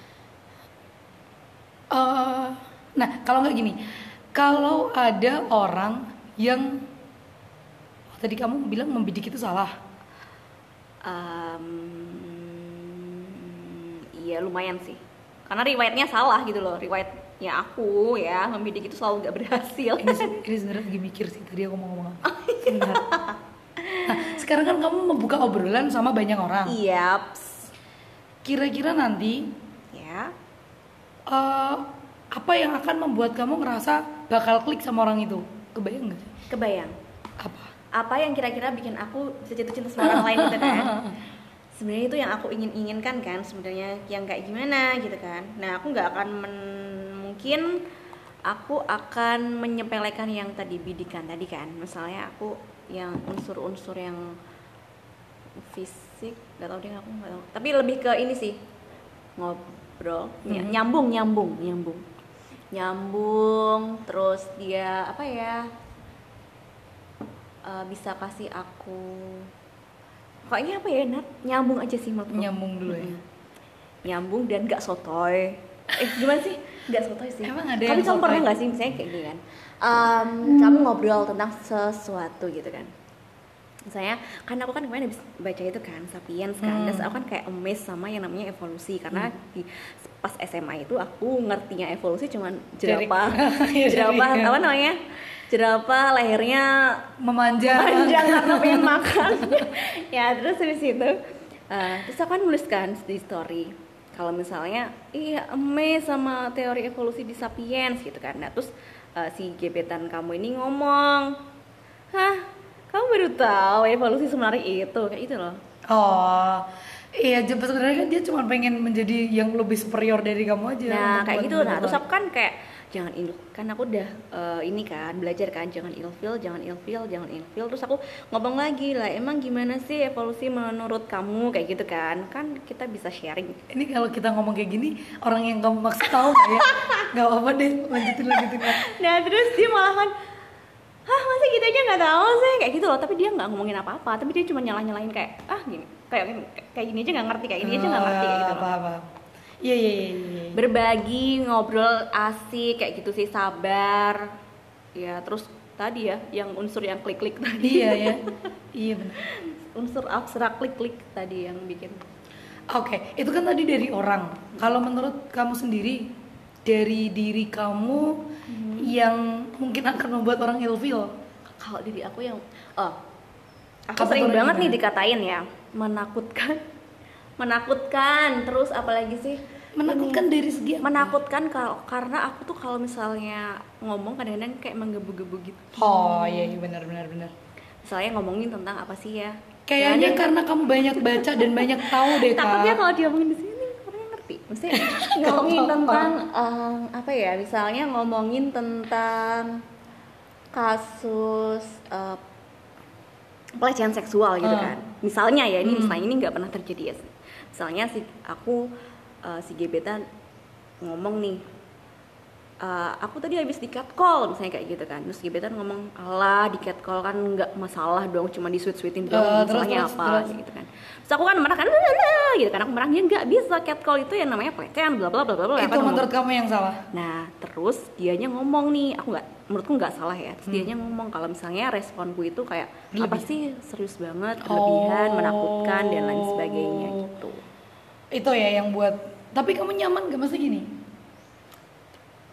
Eh, nah, kalau nggak gini, kalau ada orang yang tadi kamu bilang membidik itu salah. Um, iya lumayan sih, karena riwayatnya salah gitu loh, riwayatnya aku ya membidik itu selalu nggak berhasil. Ini, se- ini sebenarnya lagi mikir sih tadi aku mau ngomong apa. Sebentar. Nah, sekarang kan kamu membuka obrolan sama banyak orang. Yaps. Kira-kira nanti Ya. eh, apa yang akan membuat kamu ngerasa bakal klik sama orang itu? Kebayang nggak sih? Kebayang. Apa? Apa yang kira-kira bikin aku bisa jatuh cinta sama orang lain gitu kan? Sebenarnya itu yang aku ingin-inginkan kan, sebenarnya yang kayak gimana gitu kan. Nah, aku nggak akan men- mungkin aku akan menyepelekan yang tadi bidikan tadi kan. Misalnya aku yang unsur-unsur yang fisik, nggak tahu deh, aku nggak tahu. Tapi lebih ke ini sih, ngobrol, ny- Hmm. nyambung, nyambung, nyambung, nyambung. Terus dia apa ya? Uh, bisa kasih aku pokoknya apa ya, Nat? Nyambung aja sih menurutku. Nyambung dulu ya. Mm-mm. Nyambung dan gak sotoy. Eh gimana sih? Gak sotoy sih. Emang ada Kamu yang kamu sotoy? pernah gak sih misalnya kayak gini kan? Um, kamu ngobrol tentang sesuatu gitu kan? Misalnya, kan aku kan kemarin habis baca itu kan, Sapiens kan, Hmm. terus aku kan kayak amazed sama yang namanya evolusi, karena di, pas S M A itu aku ngertinya evolusi cuman jerapah, Iya, jerapah dari- apa namanya, jerapah lehernya Memanjang. panjang karena pengen makan. Ya terus habis itu uh, terus aku kan nulis kan di story kalau misalnya iya amazed sama teori evolusi di Sapiens gitu kan. Nah terus uh, si gebetan kamu ini ngomong, hah kamu baru tahu evolusi sebenarnya itu, kayak itu loh. Oh, iya, j- sebenarnya kan dia cuma pengen menjadi yang lebih superior dari kamu aja. Nah untuk kayak gitu. buat- Nah buat terus orang. aku kan kayak jangan il kan aku udah eh, ini kan belajar kan, jangan ilfil, jangan ilfil, jangan ilfil. Terus aku ngomong lagi lah, emang gimana sih evolusi menurut kamu, kayak gitu kan? Kan kita bisa sharing. Ini kalau kita ngomong kayak gini, orang yang kamu maksud tahu nggak ya? Nggak apa-apa deh, lanjutin lanjutin. Nah terus dia malah kan, hah masa gitu aja nggak tahu sih, kayak gitu loh. Tapi dia nggak ngomongin apa-apa, tapi dia cuma nyalah nyalahin kayak ah gini, kayak kayak gini aja nggak ngerti, kayak gini aja nggak ngerti, kayak gitu loh. Apa-apa. Iya iya iya. iya. Berbagi, ngobrol asik kayak gitu sih, sabar ya. Terus tadi ya yang unsur yang klik-klik tadi. Iya ya. Iya benar. Unsur abstrak klik-klik tadi yang bikin. Oke, itu kan tadi dari orang. Kalau menurut kamu sendiri, dari diri kamu yang mungkin akan membuat orang ilfil. Kalau diri aku yang oh aku Kamu sering pernah banget nih gimana? dikatain ya, menakutkan, menakutkan. Terus apalagi sih? Menakutkan dari segi apa? Menakutkan kalau karena aku tuh kalau misalnya ngomong kadang-kadang kayak menggebu-gebu gitu. Oh iya, iya benar benar benar. Misalnya ngomongin tentang apa sih ya? Kayaknya Kadang- karena kamu banyak baca dan banyak tahu deh kak. takutnya kalau diomongin di sini orangnya ngerti. Maksudnya ngomongin apa-apa. tentang em, apa ya? Misalnya ngomongin tentang kasus eh, pelecehan seksual gitu Hmm. kan. Misalnya ya, ini Hmm. misalnya ini nggak pernah terjadi ya. Misalnya si aku eh, si gebetan ngomong nih, "Eh, aku tadi habis di catcall," misalnya kayak gitu kan. Terus gebetan ngomong, "Alah, di catcall kan nggak masalah dong, cuma di sweet-sweetin doang, Eh, terus, masalahnya terus, apa?" terus. Kayak gitu kan. Terus aku kan marah kan, "Lalalala," gitu kan. Aku marah, "Ya nggak bisa, catcall itu yang namanya pelecehan, bla bla bla bla bla." Itu Apa ngomong. menurut kamu yang salah? Nah, terus dianya ngomong nih, aku nggak, menurutku nggak salah ya. Terus Hmm. dianya ngomong kalau misalnya responku itu kayak Berlebih. apa sih, serius banget, berlebihan, Oh. menakutkan dan lain sebagainya gitu. Itu ya yang buat. Tapi kamu nyaman gak masa gini?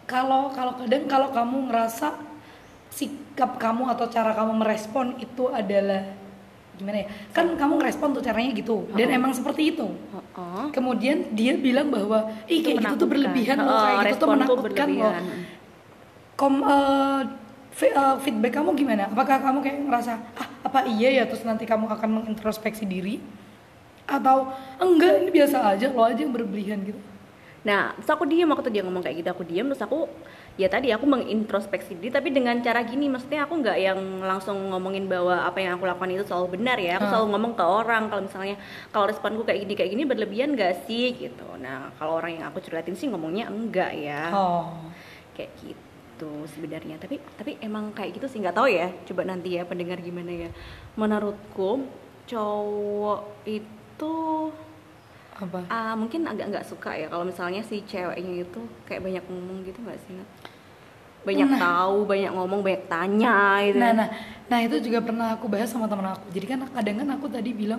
kalau kalau kadang kalau kamu ngerasa sikap kamu atau cara kamu merespon itu adalah gimana ya, kan kamu ngerespon tuh caranya gitu dan Oh. emang seperti itu. Oh. Kemudian dia bilang bahwa ih Itu kayak gitu tuh menakutkan. berlebihan loh, Oh, kayak gitu tuh responku menakutkan loh. berlebihan. Kom eh, fe- eh, feedback kamu gimana? Apakah kamu kayak ngerasa ah apa iya ya, terus nanti kamu akan mengintrospeksi diri atau enggak ini biasa aja, lo aja yang berlebihan gitu? Nah, terus aku diam waktu dia ngomong kayak gitu, aku diam terus aku ya tadi aku mengintrospeksi diri tapi dengan cara gini, maksudnya aku nggak yang langsung ngomongin bahwa apa yang aku lakukan itu selalu benar ya. Aku Hmm. selalu ngomong ke orang kalau misalnya kalau responku kayak gini kayak gini berlebihan gak sih gitu. Nah, kalau orang yang aku curhatin sih ngomongnya enggak ya. Oh. Kayak gitu sebenarnya. Tapi tapi emang kayak gitu sih, nggak tahu ya. Coba nanti ya pendengar gimana ya. Menurutku cowok itu Apa? Ah, mungkin agak nggak suka ya kalau misalnya si ceweknya itu kayak banyak ngomong gitu nggak sih, Nat? Banyak Nah. tahu, banyak ngomong, banyak tanya gitu. Nah, nah, nah itu juga pernah aku bahas sama teman aku. Jadi kan kadang kan aku tadi bilang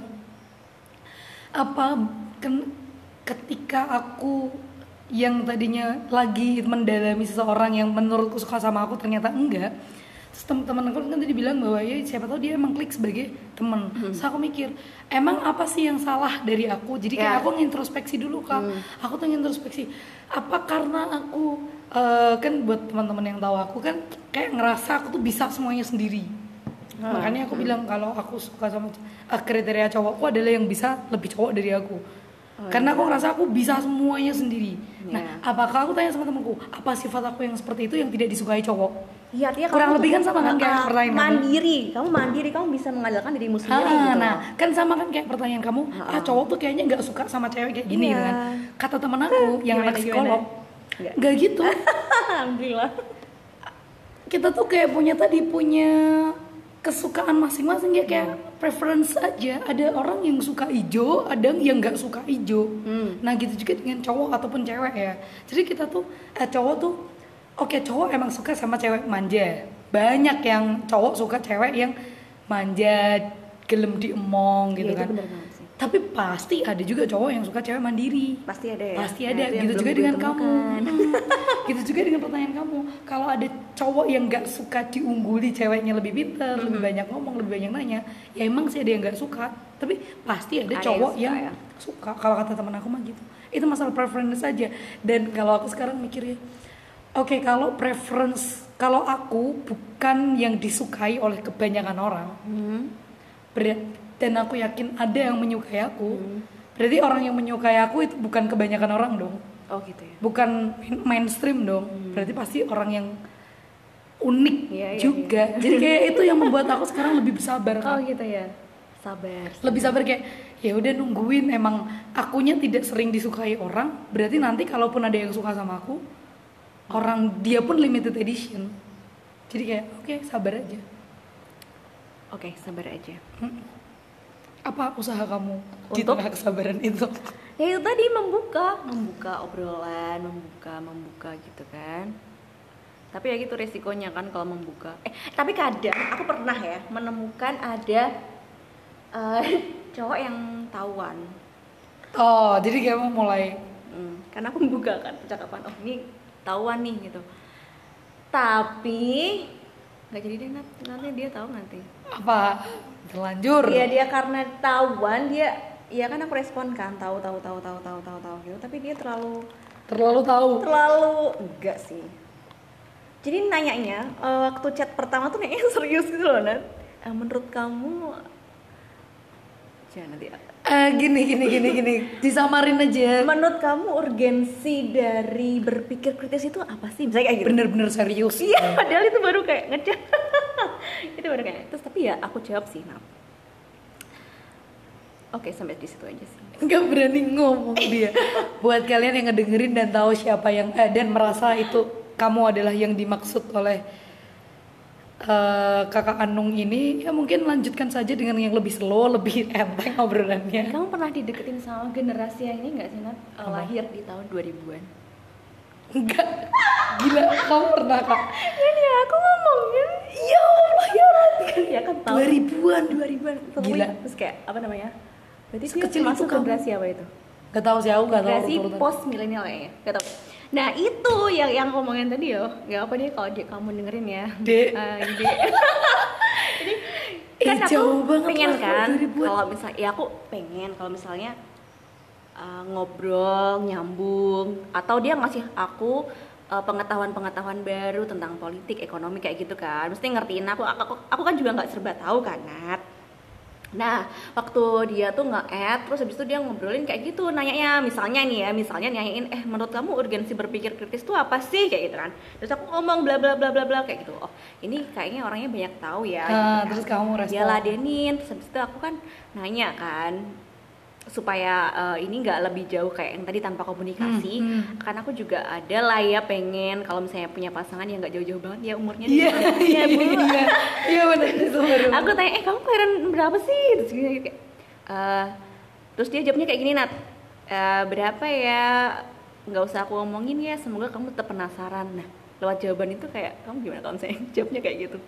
apa kan ketika aku yang tadinya lagi mendalami seseorang yang menurutku suka sama aku ternyata enggak. Terus teman-teman aku kan tadi bilang bahwa ya siapa tahu dia emang klik sebagai teman. Terus aku mikir, emang apa sih yang salah dari aku? Jadi kayak Ya. aku ngintrospeksi dulu Kak. Aku tuh ngintrospeksi apa karena aku eh, kan buat teman-teman yang tahu aku kan kayak ngerasa aku tuh bisa semuanya sendiri. Makanya aku bilang kalau aku suka sama uh, kriteria cowokku adalah yang bisa lebih cowok dari aku. Oh, Karena iya. aku ngerasa aku bisa semuanya sendiri. Nah, Iya. apakah aku tanya sama temanku, apa sifat aku yang seperti itu yang tidak disukai cowok? Iya, artinya Kurang kamu lebih tuh, kan sama kan kayak ah, pertanyaan kamu. mandiri, kamu mandiri, kamu bisa mengandalkan dirimu sendiri Ah, gitu. nah, kan sama kan kayak pertanyaan kamu, ah cowok tuh kayaknya nggak suka sama cewek kayak gini Iya. kan? Kata temen aku yang Gimana, anak psikolog, gimana? Nggak. nggak gitu. Alhamdulillah. Kita tuh kayak punya tadi punya kesukaan masing-masing ya, kayak preference aja. Ada orang yang suka ijo, ada yang nggak suka ijo. Hmm. Nah gitu juga dengan cowok ataupun cewek ya. Jadi kita tuh eh, cowok tuh oke cowok emang suka sama cewek manja. Banyak yang cowok suka cewek yang manja, gelem diemong gitu Iya, itu kan. bener banget sih. Tapi pasti ada juga cowok yang suka cewek mandiri. Pasti ada ya. Pasti Nah, ada, itu yang gitu belum juga gue dengan kamu. temukan. Hmm. Gitu juga dengan pertanyaan kamu. Kalau ada cowok yang nggak suka diungguli ceweknya lebih pintar, lebih banyak ngomong, lebih banyak nanya, ya emang sih ada yang nggak suka. Tapi pasti ada, Ada cowok yang yang, suka ya. suka. Kalau kata teman aku mah gitu. Itu masalah preference saja. Dan kalau aku sekarang mikirnya, oke kalau preference, kalau aku bukan yang disukai oleh kebanyakan orang, Hmm. Ber- dan aku yakin ada yang menyukai aku, berarti orang yang menyukai aku itu bukan kebanyakan orang dong, Oh gitu ya. bukan mainstream dong, berarti pasti orang yang unik Iya, iya, juga. Jadi kayak itu yang membuat aku sekarang lebih bersabar Oh Kak. gitu ya. Sabar. Lebih sabar kayak ya udah nungguin, emang akunya tidak sering disukai orang, berarti nanti kalaupun ada yang suka sama aku, orang dia pun limited edition. Jadi kayak oke sabar aja. Oke, sabar aja. Apa usaha kamu di Untuk? tengah kesabaran itu? Ya itu tadi membuka, membuka obrolan, membuka, membuka gitu kan. Tapi ya gitu resikonya kan kalau membuka. Eh, tapi kadang aku pernah ya menemukan ada eh, cowok yang tahuan. Oh, jadi kayak mau mulai Hmm, karena aku membuka kan percakapan, oh ini tahuan nih gitu. Tapi nggak jadi deh, Nat. Nanti dia tahu nanti. apa? Terlanjur. Iya dia karena tahuan dia, ya kan aku respon kan tahu tahu tahu tahu tahu tahu tahu gitu. Tapi dia terlalu Terlalu tahu. terlalu enggak sih. Jadi nanyanya eh, waktu chat pertama tuh nanya serius gitu loh Nat. Eh, menurut kamu jangan nanti Eh gini gini gini gini. Disamarin aja. menurut kamu urgensi dari berpikir kritis itu apa sih? Misalnya kayak gitu. Bener-bener serius. Iya, padahal itu baru kayak ngechat. Itu baru kayak terus tapi ya aku jawab sih, Nap. Oke, sampai di situ aja sih. Nggak berani ngomong dia. Buat kalian yang ngedengerin dan tahu siapa yang eh, dan merasa itu kamu adalah yang dimaksud oleh eh, kakak Anung ini, ya mungkin lanjutkan saja dengan yang lebih slow, lebih enteng obrolannya. Kamu pernah dideketin sama generasi yang ini nggak sih, Nat? Eh, lahir di tahun dua ribuan. Enggak. Gila, kamu pernah Kak? Ini aku ngomongnya. Ya Allah ya Rabbi. Ya kan tahun dua ribuan. dua ribuan. Gila. Terus kayak apa namanya? Berarti dia Sekecil masuk itu kamu. generasi apa itu? Gak tahu sih, aku gak tahu Generasi urutan. post milenial kayaknya. Gak tau. Nah itu yang yang ngomongin tadi yo, nggak apa deh kalau dia kamu dengerin ya. Dek. Uh, Dek. Jadi kan Eh, aku jauh banget pengen lah kan dua ribuan. kalau misalnya ya aku pengen kalau misalnya uh, ngobrol nyambung atau dia ngasih aku uh, pengetahuan-pengetahuan baru tentang politik ekonomi kayak gitu kan, mesti ngertiin aku aku, aku kan juga nggak serba tahu kan Nat. Nah, waktu dia tuh nge-add, terus habis itu dia ngobrolin kayak gitu, nanyanya misalnya nih ya, misalnya nanyain, eh menurut kamu urgensi berpikir kritis tuh apa sih, kayak gitu kan. Terus aku ngomong bla bla bla bla bla kayak gitu. Oh, ini kayaknya orangnya banyak tahu ya. Nah, gitu kan. terus kamu respon. Dia ladenin, terus habis itu aku kan nanya kan supaya uh, ini nggak lebih jauh kayak yang tadi tanpa komunikasi. Hmm, hmm. Karena aku juga ada lah ya pengen kalau misalnya punya pasangan yang nggak jauh-jauh banget ya umurnya. Iya, iya Bu. iya, iya benar itu baru. Aku tanya, eh kamu kelahiran berapa sih? Terus gini kayak, uh, terus dia jawabnya kayak gini Nat, uh, berapa ya? Nggak usah aku ngomongin ya, semoga kamu tetap penasaran. Nah, lewat jawaban itu kayak kamu gimana kalau misalnya jawabnya kayak gitu?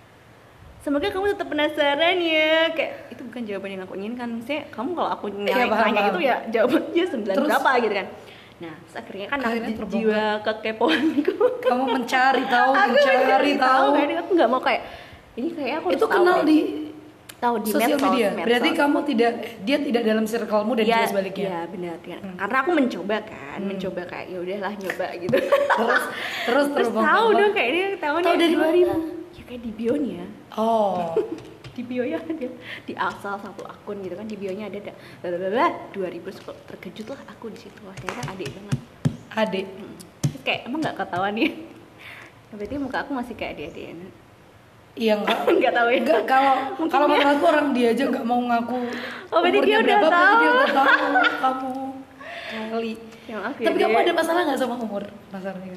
Semoga kamu tetap penasaran ya. Kayak itu bukan jawaban yang aku inginkan. Misalnya kamu kalau aku Iya, nanya paham, nanya paham. itu ya jawabannya sembilan Terus? berapa gitu kan. Nah, terus akhirnya kan Akhirnya aku terbongkar. jiwa kekepoanku. Kamu mencari tahu, aku mencari tahu. kan aku nggak mau kayak ini kayak aku Itu harus tahu kenal deh. di tahu di sosial medsos, media. medsos. Berarti kamu tidak, dia tidak dalam circlemu dan Iya, juga sebaliknya. iya benar kan. Hmm. Karena aku mencoba kan, Hmm. mencoba kayak ya udahlah nyoba gitu. Terus terus Terus terbongkar. tahu dong kayak dia tahunnya Tahu dari dua ribu. mana? Ya kayak di bionya. Oh. Di bionya ada di asal satu akun gitu kan, di bionya ada ada blablabla dua ribu. Terkejut lah aku di situ. Wah, ternyata adik banget. Adik. Hmm. Terus kayak emang nggak ketahuan ya. Berarti muka aku masih kayak adik-adiknya. Iya enggak. Nggak tahu ya. Enggak, kalau Mungkin kalau ya. menurut aku orang dia aja enggak mau ngaku. Oh, berarti umurnya dia udah berapa, berarti dia tahu. udah tahu kamu kali. Ya, maaf ya, Tapi kamu Dek. ada masalah nggak sama umur? Masalahnya.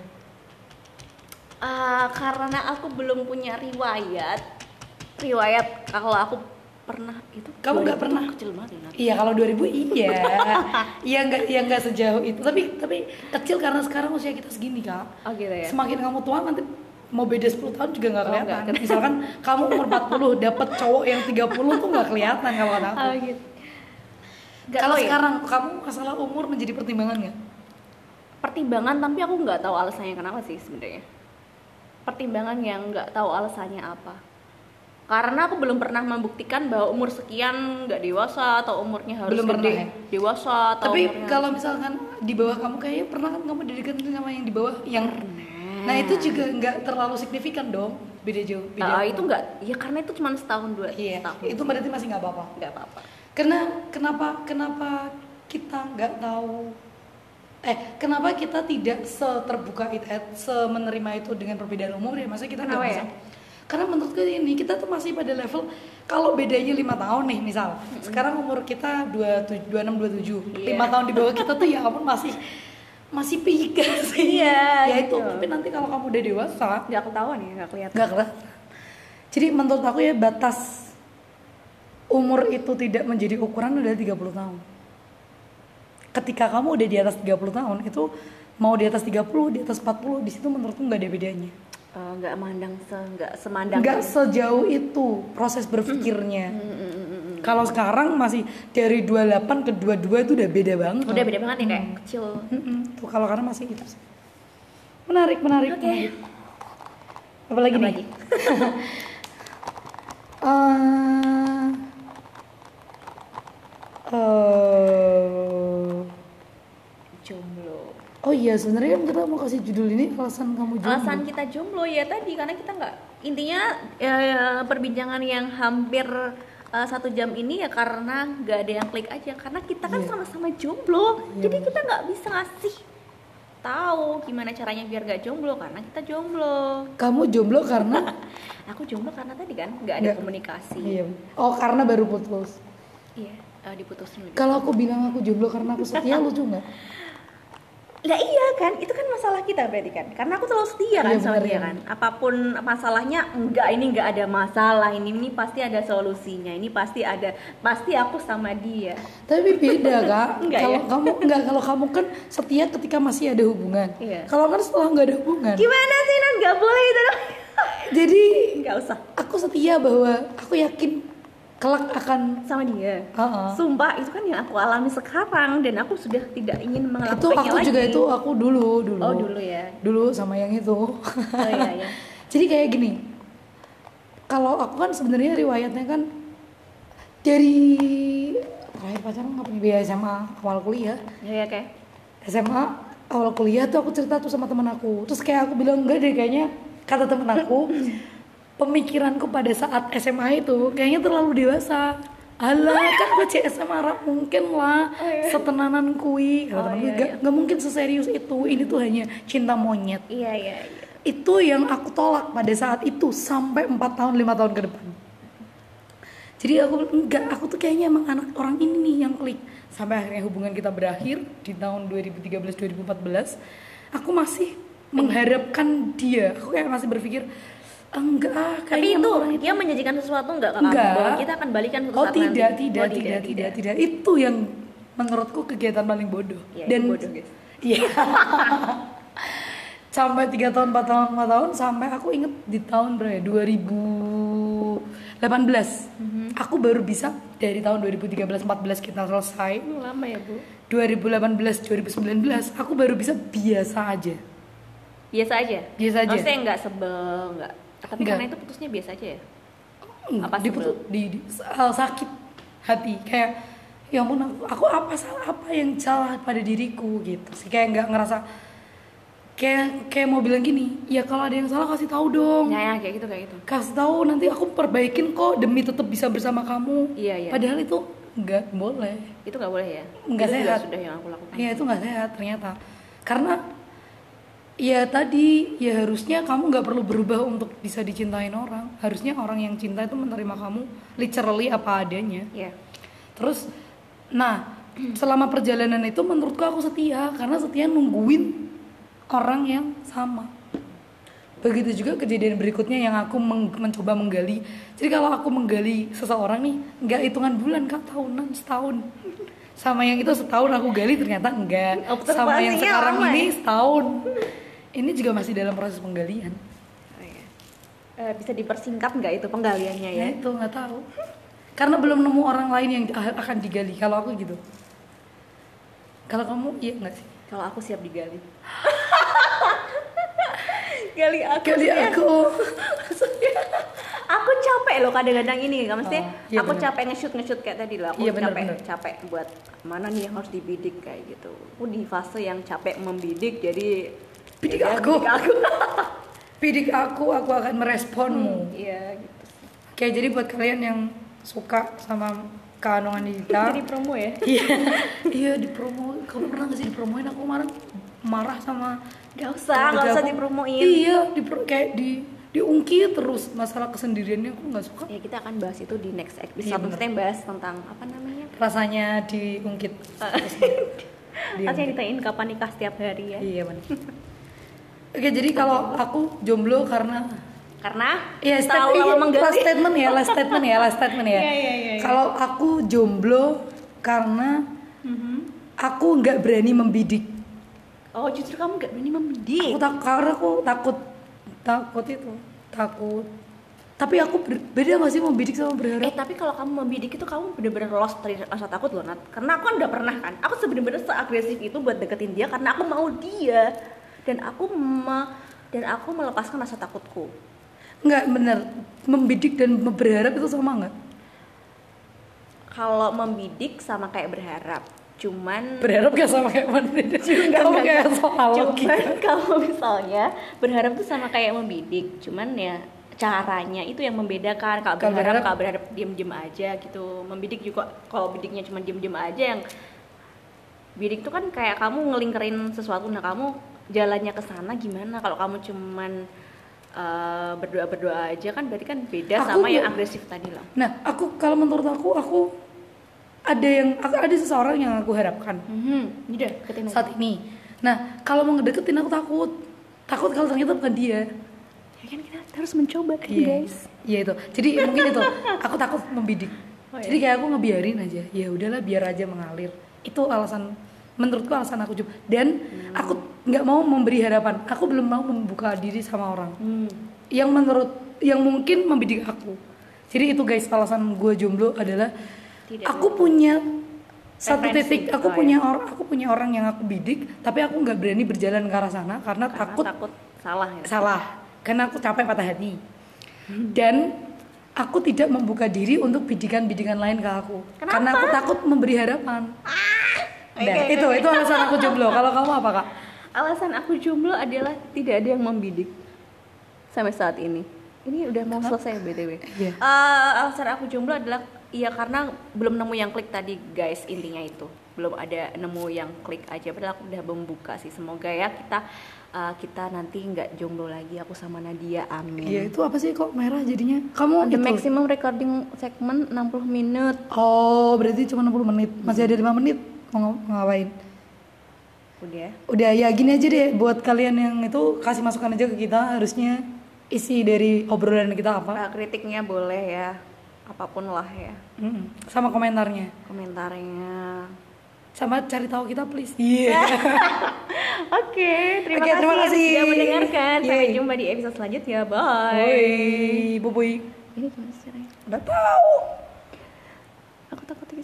Ah, karena aku belum punya riwayat riwayat kalau aku pernah itu Kamu nggak dua ribu pernah? tuh kecil banget ya Nat. Iya, kalau dua ribu iya. Iya enggak iya enggak sejauh itu. Tapi tapi kecil karena sekarang usia kita segini, Kak. Oh gitu ya. Semakin kamu tua nanti mau beda sepuluh tahun juga nggak Oh, kelihatan. nggak. Misalkan kamu umur empat puluh dapat cowok yang tiga puluh tuh nggak kelihatan kalau kata aku. Oh gitu. Nggak Kalau tahu ya. sekarang kamu masalah umur menjadi pertimbangan nggak? Pertimbangan tapi aku nggak tahu alasannya kenapa sih sebenarnya. Pertimbangan yang nggak tahu alasannya apa. Karena aku belum pernah membuktikan bahwa umur sekian nggak dewasa atau umurnya harus Belum gede pernah ya? dewasa atau Tapi umurnya kalau harus- misalkan di bawah kamu kayaknya pernah kan kamu deketin sama yang di bawah yang Pernah. Nah itu juga nggak terlalu signifikan dong, beda jauh. Beda Ah, umur. itu nggak, ya karena itu cuma setahun dua Iya, tahun. itu berarti masih nggak apa-apa. Nggak apa-apa. Karena kenapa kenapa kita nggak tahu eh kenapa kita tidak seterbuka itu eh, semenerima itu dengan perbedaan umur ya, maksudnya kita nggak Kenapa bisa. ya? Karena menurutku ini kita tuh masih pada level kalau bedanya lima tahun nih misal. Sekarang umur kita dua puluh enam dua puluh tujuh. Iya. lima tahun di bawah kita tuh ya ampun masih masih pika sih. Iya, Ya itu, gitu. tapi nanti kalau kamu udah dewasa Nggak ketahuan ya, nggak kelihatan. nggak kelihatan. Jadi menurut aku ya batas umur itu tidak menjadi ukuran udah tiga puluh tahun. Ketika kamu udah di atas tiga puluh tahun itu mau di atas tiga puluh, di atas empat puluh, di situ menurutku nggak ada bedanya. Eh, nggak mandang se, nggak semandang. Nggak sejauh itu proses berpikirnya. Mm, mm, mm, mm, mm. Kalau sekarang masih dari dua puluh delapan ke dua puluh dua itu udah beda banget. Udah beda banget ya kayak kecil. Mm-mm. Tuh kalau karena masih itu sih. Menarik, menarik. Oke. menarik. Apa lagi Apa nih? lagi? Eh, eh, Jomblo. oh iya sebenarnya kan kita mau kasih judul ini alasan kamu jomblo. Alasan kita jomblo ya tadi karena kita nggak, intinya eh, perbincangan yang hampir eh, satu jam ini ya karena nggak ada yang klik aja karena kita kan Iya. sama-sama jomblo. Iya, Jadi bener. kita nggak bisa ngasih tahu gimana caranya biar nggak jomblo karena kita jomblo. Kamu jomblo karena Aku jomblo karena tadi kan nggak ada Nggak. komunikasi. iya. Oh karena baru putus. Iya, eh, diputusin. Kalau aku bilang aku jomblo karena aku setia lucu nggak? Lah iya kan, itu kan masalah kita berarti kan. Karena aku terlalu setia kan Iya, sama bener, dia ya. kan. Apapun masalahnya, enggak ini enggak ada masalah. Ini ini pasti ada solusinya. Ini pasti ada, pasti aku sama dia. Tapi beda kak. Enggak Kalau ya? kamu enggak, kalau kamu kan setia ketika masih ada hubungan. Iya. Kalau kan setelah nggak ada hubungan. Gimana sih Nan? Enggak boleh itu dong. Jadi Enggak usah. aku setia bahwa aku yakin kelak akan sama dia. uh-uh. Sumpah itu kan yang aku alami sekarang dan aku sudah tidak ingin itu melakukannya aku lagi. juga itu aku dulu dulu Oh dulu ya. dulu sama yang itu. Oh iya iya. Jadi kayak gini, kalau aku kan sebenarnya riwayatnya kan dari terakhir pacaran nggak punya biaya S M A awal kuliah. Ya ya kayak. S M A awal kuliah tuh aku cerita tuh sama teman aku, terus kayak aku bilang enggak deh kayaknya, kata temen aku pemikiranku pada saat S M A itu kayaknya terlalu dewasa. Alah kan gue C S M A mungkin lah Oh, iya. setenanan kui kata Oh, temen iya, gue, gak, iya. gak mungkin seserius itu, ini tuh hanya cinta monyet. Iya iya iya. Itu yang aku tolak pada saat itu sampai empat tahun lima tahun ke depan. Jadi aku enggak, aku tuh kayaknya emang anak orang ini nih yang klik. Sampai akhirnya hubungan kita berakhir di tahun dua ribu tiga belas dua ribu empat belas. Aku masih mengharapkan dia. Aku kayak masih berpikir enggak ah, Tapi kayaknya itu emang orang dia menjanjikan sesuatu enggak ke kamu? Enggak. Bahwa kita akan balikan suatu Oh saat tidak, nanti. tidak, Oh, tidak, tidak, tidak, Itu yang menurutku kegiatan paling bodoh. Ya, Dan itu bodoh, guys. Iya. Sampai tiga tahun, empat tahun, lima tahun, sampai aku inget di tahun berapa ya? dua ribu delapan belas. Mhm. Aku baru bisa dari tahun dua ribu tiga belas empat belas kita selesai. Lu lama ya, Bu? dua ribu delapan belas dua ribu sembilan belas aku baru bisa biasa aja. Biasa aja. Biasa aja. Maksudnya enggak sebel, enggak. Tapi Enggak. karena itu putusnya biasa aja ya. Apa Apa di, sebel? di, di uh, sakit hati kayak ya ampun aku, aku apa salah apa yang salah pada diriku gitu sih, kayak nggak ngerasa kayak kayak mau bilang gini ya kalau ada yang salah kasih tahu dong, Ya, ya kayak gitu kayak gitu. kasih tahu nanti aku perbaikin kok demi tetap bisa bersama kamu. Iya, iya. Padahal itu nggak boleh. Itu nggak boleh ya. Nggak Itu juga sehat. sudah yang aku lakukan. Iya itu nggak sehat ternyata, karena ya tadi ya harusnya kamu nggak perlu berubah untuk bisa dicintain orang. Harusnya orang yang cinta itu menerima kamu literally apa adanya. Iya. Terus, nah selama perjalanan itu menurutku aku setia karena setia nungguin orang yang sama. Begitu juga kejadian berikutnya yang aku meng- mencoba menggali. Jadi kalau aku menggali seseorang nih, nggak hitungan bulan kak, tahunan, setahun. Sama yang itu setahun aku gali ternyata enggak. Sama yang Observasinya sekarang lama ini ya? setahun. Ini juga masih dalam proses penggalian. Oh, iya. Eh, bisa dipersingkat nggak itu penggaliannya ya? Ya itu nggak tahu. Karena belum nemu orang lain yang akan digali. Kalau aku gitu. Kalau kamu iya nggak sih? Kalau aku siap digali. Gali aku. Gali siap. aku. Aku capek loh kadang-kadang ini, nggak mesti. Oh, iya aku bener. capek nge-shoot nge-shoot kayak tadi lah. Aku Iya, bener, capek bener. capek buat mana nih yang harus dibidik kayak gitu. Aku di fase yang capek membidik, jadi Bidik ya udah, aku. bidik aku. Bidik aku, aku akan meresponmu. Iya gitu. Oke, jadi buat kalian yang suka sama Kak Anung Anita, Jadi promo ya. iya, iya di promo. Kamu pernah nggak sih dipromoin? Aku kemarin marah sama. Gak usah, gak usah aku. dipromoin. Iya, di kayak di diungkit terus masalah kesendiriannya aku nggak suka. Ya kita akan bahas itu di next episode. Iya, bener. Maksudnya bahas tentang apa namanya? Rasanya diungkit. Pasti ditanyain kapan nikah setiap hari ya. Iya benar. Oke, jadi kalau aku jomblo karena Karena ya terlalu statement, lama menggali. last statement ya, last statement ya, last statement ya. Iya, iya, iya, iya. Kalau aku jomblo karena Mhm. aku nggak berani membidik. Oh justru kamu gak berani membidik. Aku tak karena aku takut takut itu takut. Tapi aku ber, beda nggak sih membidik sama Eh berharap? tapi kalau kamu membidik itu kamu bener-bener lost dari rasa takut loh Nat. Karena aku kan udah pernah kan. Aku sebener-bener seagresif itu buat deketin dia karena aku mau dia dan aku me, dan aku melepaskan rasa takutku. Nggak bener. Membidik dan berharap itu sama nggak? Kalau membidik sama kayak berharap. Cuman Berharap gak sama kayak mana? Enggak, Kamu enggak, kayak enggak. soal Cuman gitu. kalau misalnya berharap tuh sama kayak membidik, cuman ya caranya itu yang membedakan. Kalau Kalau berharap, berharap- kalau berharap diem-diem aja gitu. Membidik juga kalau bidiknya cuma diem-diem aja, yang bidik tuh kan kayak kamu ngelingkerin sesuatu, nah kamu jalannya ke sana gimana? Kalau kamu cuman eh, berdoa-berdoa aja kan berarti kan beda Aku sama yang nggak- agresif tadi loh. Nah, aku kalau menurut aku aku ada yang ada seseorang yang aku harapkan Mhm, udah deketin aja. saat ini. Nah, kalau mau ngedeketin aku takut. Takut kalau ternyata bukan dia. Ya kan kita harus mencoba kan Iya. guys. Iya itu. Jadi mungkin itu aku takut membidik. Oh, iya. Jadi kayak aku ngebiarin aja. Ya udahlah biar aja mengalir. Itu alasan menurutku alasan aku juga. Dan Hmm. aku nggak mau memberi harapan. Aku belum mau membuka diri sama orang Hmm. yang menurut yang mungkin membidik aku. Jadi itu guys, alasan gue jomblo adalah Tidak aku ada punya satu referensi. titik, aku Oh, punya ya. orang, aku punya orang yang aku bidik, tapi aku nggak berani berjalan ke arah sana karena, Karena takut takut salah ya. salah, karena aku capek patah hati. Dan aku tidak membuka diri untuk bidikan-bidikan lain ke aku. Kenapa? Karena aku takut memberi harapan. Oke, Nah, oke, itu oke. itu alasan aku jomblo. Kalau kamu apa, Kak? Alasan aku jomblo adalah tidak ada yang membidik sampai saat ini. Ini udah mau selesai B T W. Iya. Eh, alasan aku jomblo adalah iya karena belum nemu yang klik tadi guys, intinya itu. Belum ada nemu yang klik aja, padahal aku udah membuka sih. Semoga ya kita eh, kita nanti nggak jomblo lagi, aku sama Nadia, amin. Iya, itu apa sih kok merah jadinya? Kamu The itu. maximum recording segment enam puluh menit. Oh, berarti cuma enam puluh menit. Masih ada lima menit. Mau ng- ngapain? Udah. Udah ya gini aja deh, buat kalian yang itu kasih masukan aja ke kita, harusnya isi dari obrolan kita apa. Eh, kritiknya boleh ya, apapun lah ya Mm-mm. Sama komentarnya. komentarnya. Sama cari tahu kita please. Iya. Oke, terima, Oke, terima kasih, kasih. sudah mendengarkan. Sampai Yeay. jumpa di episode selanjutnya. Bye. Oi, bubui. Ini gimana sih caranya? Udah tahu. Aku takut lagi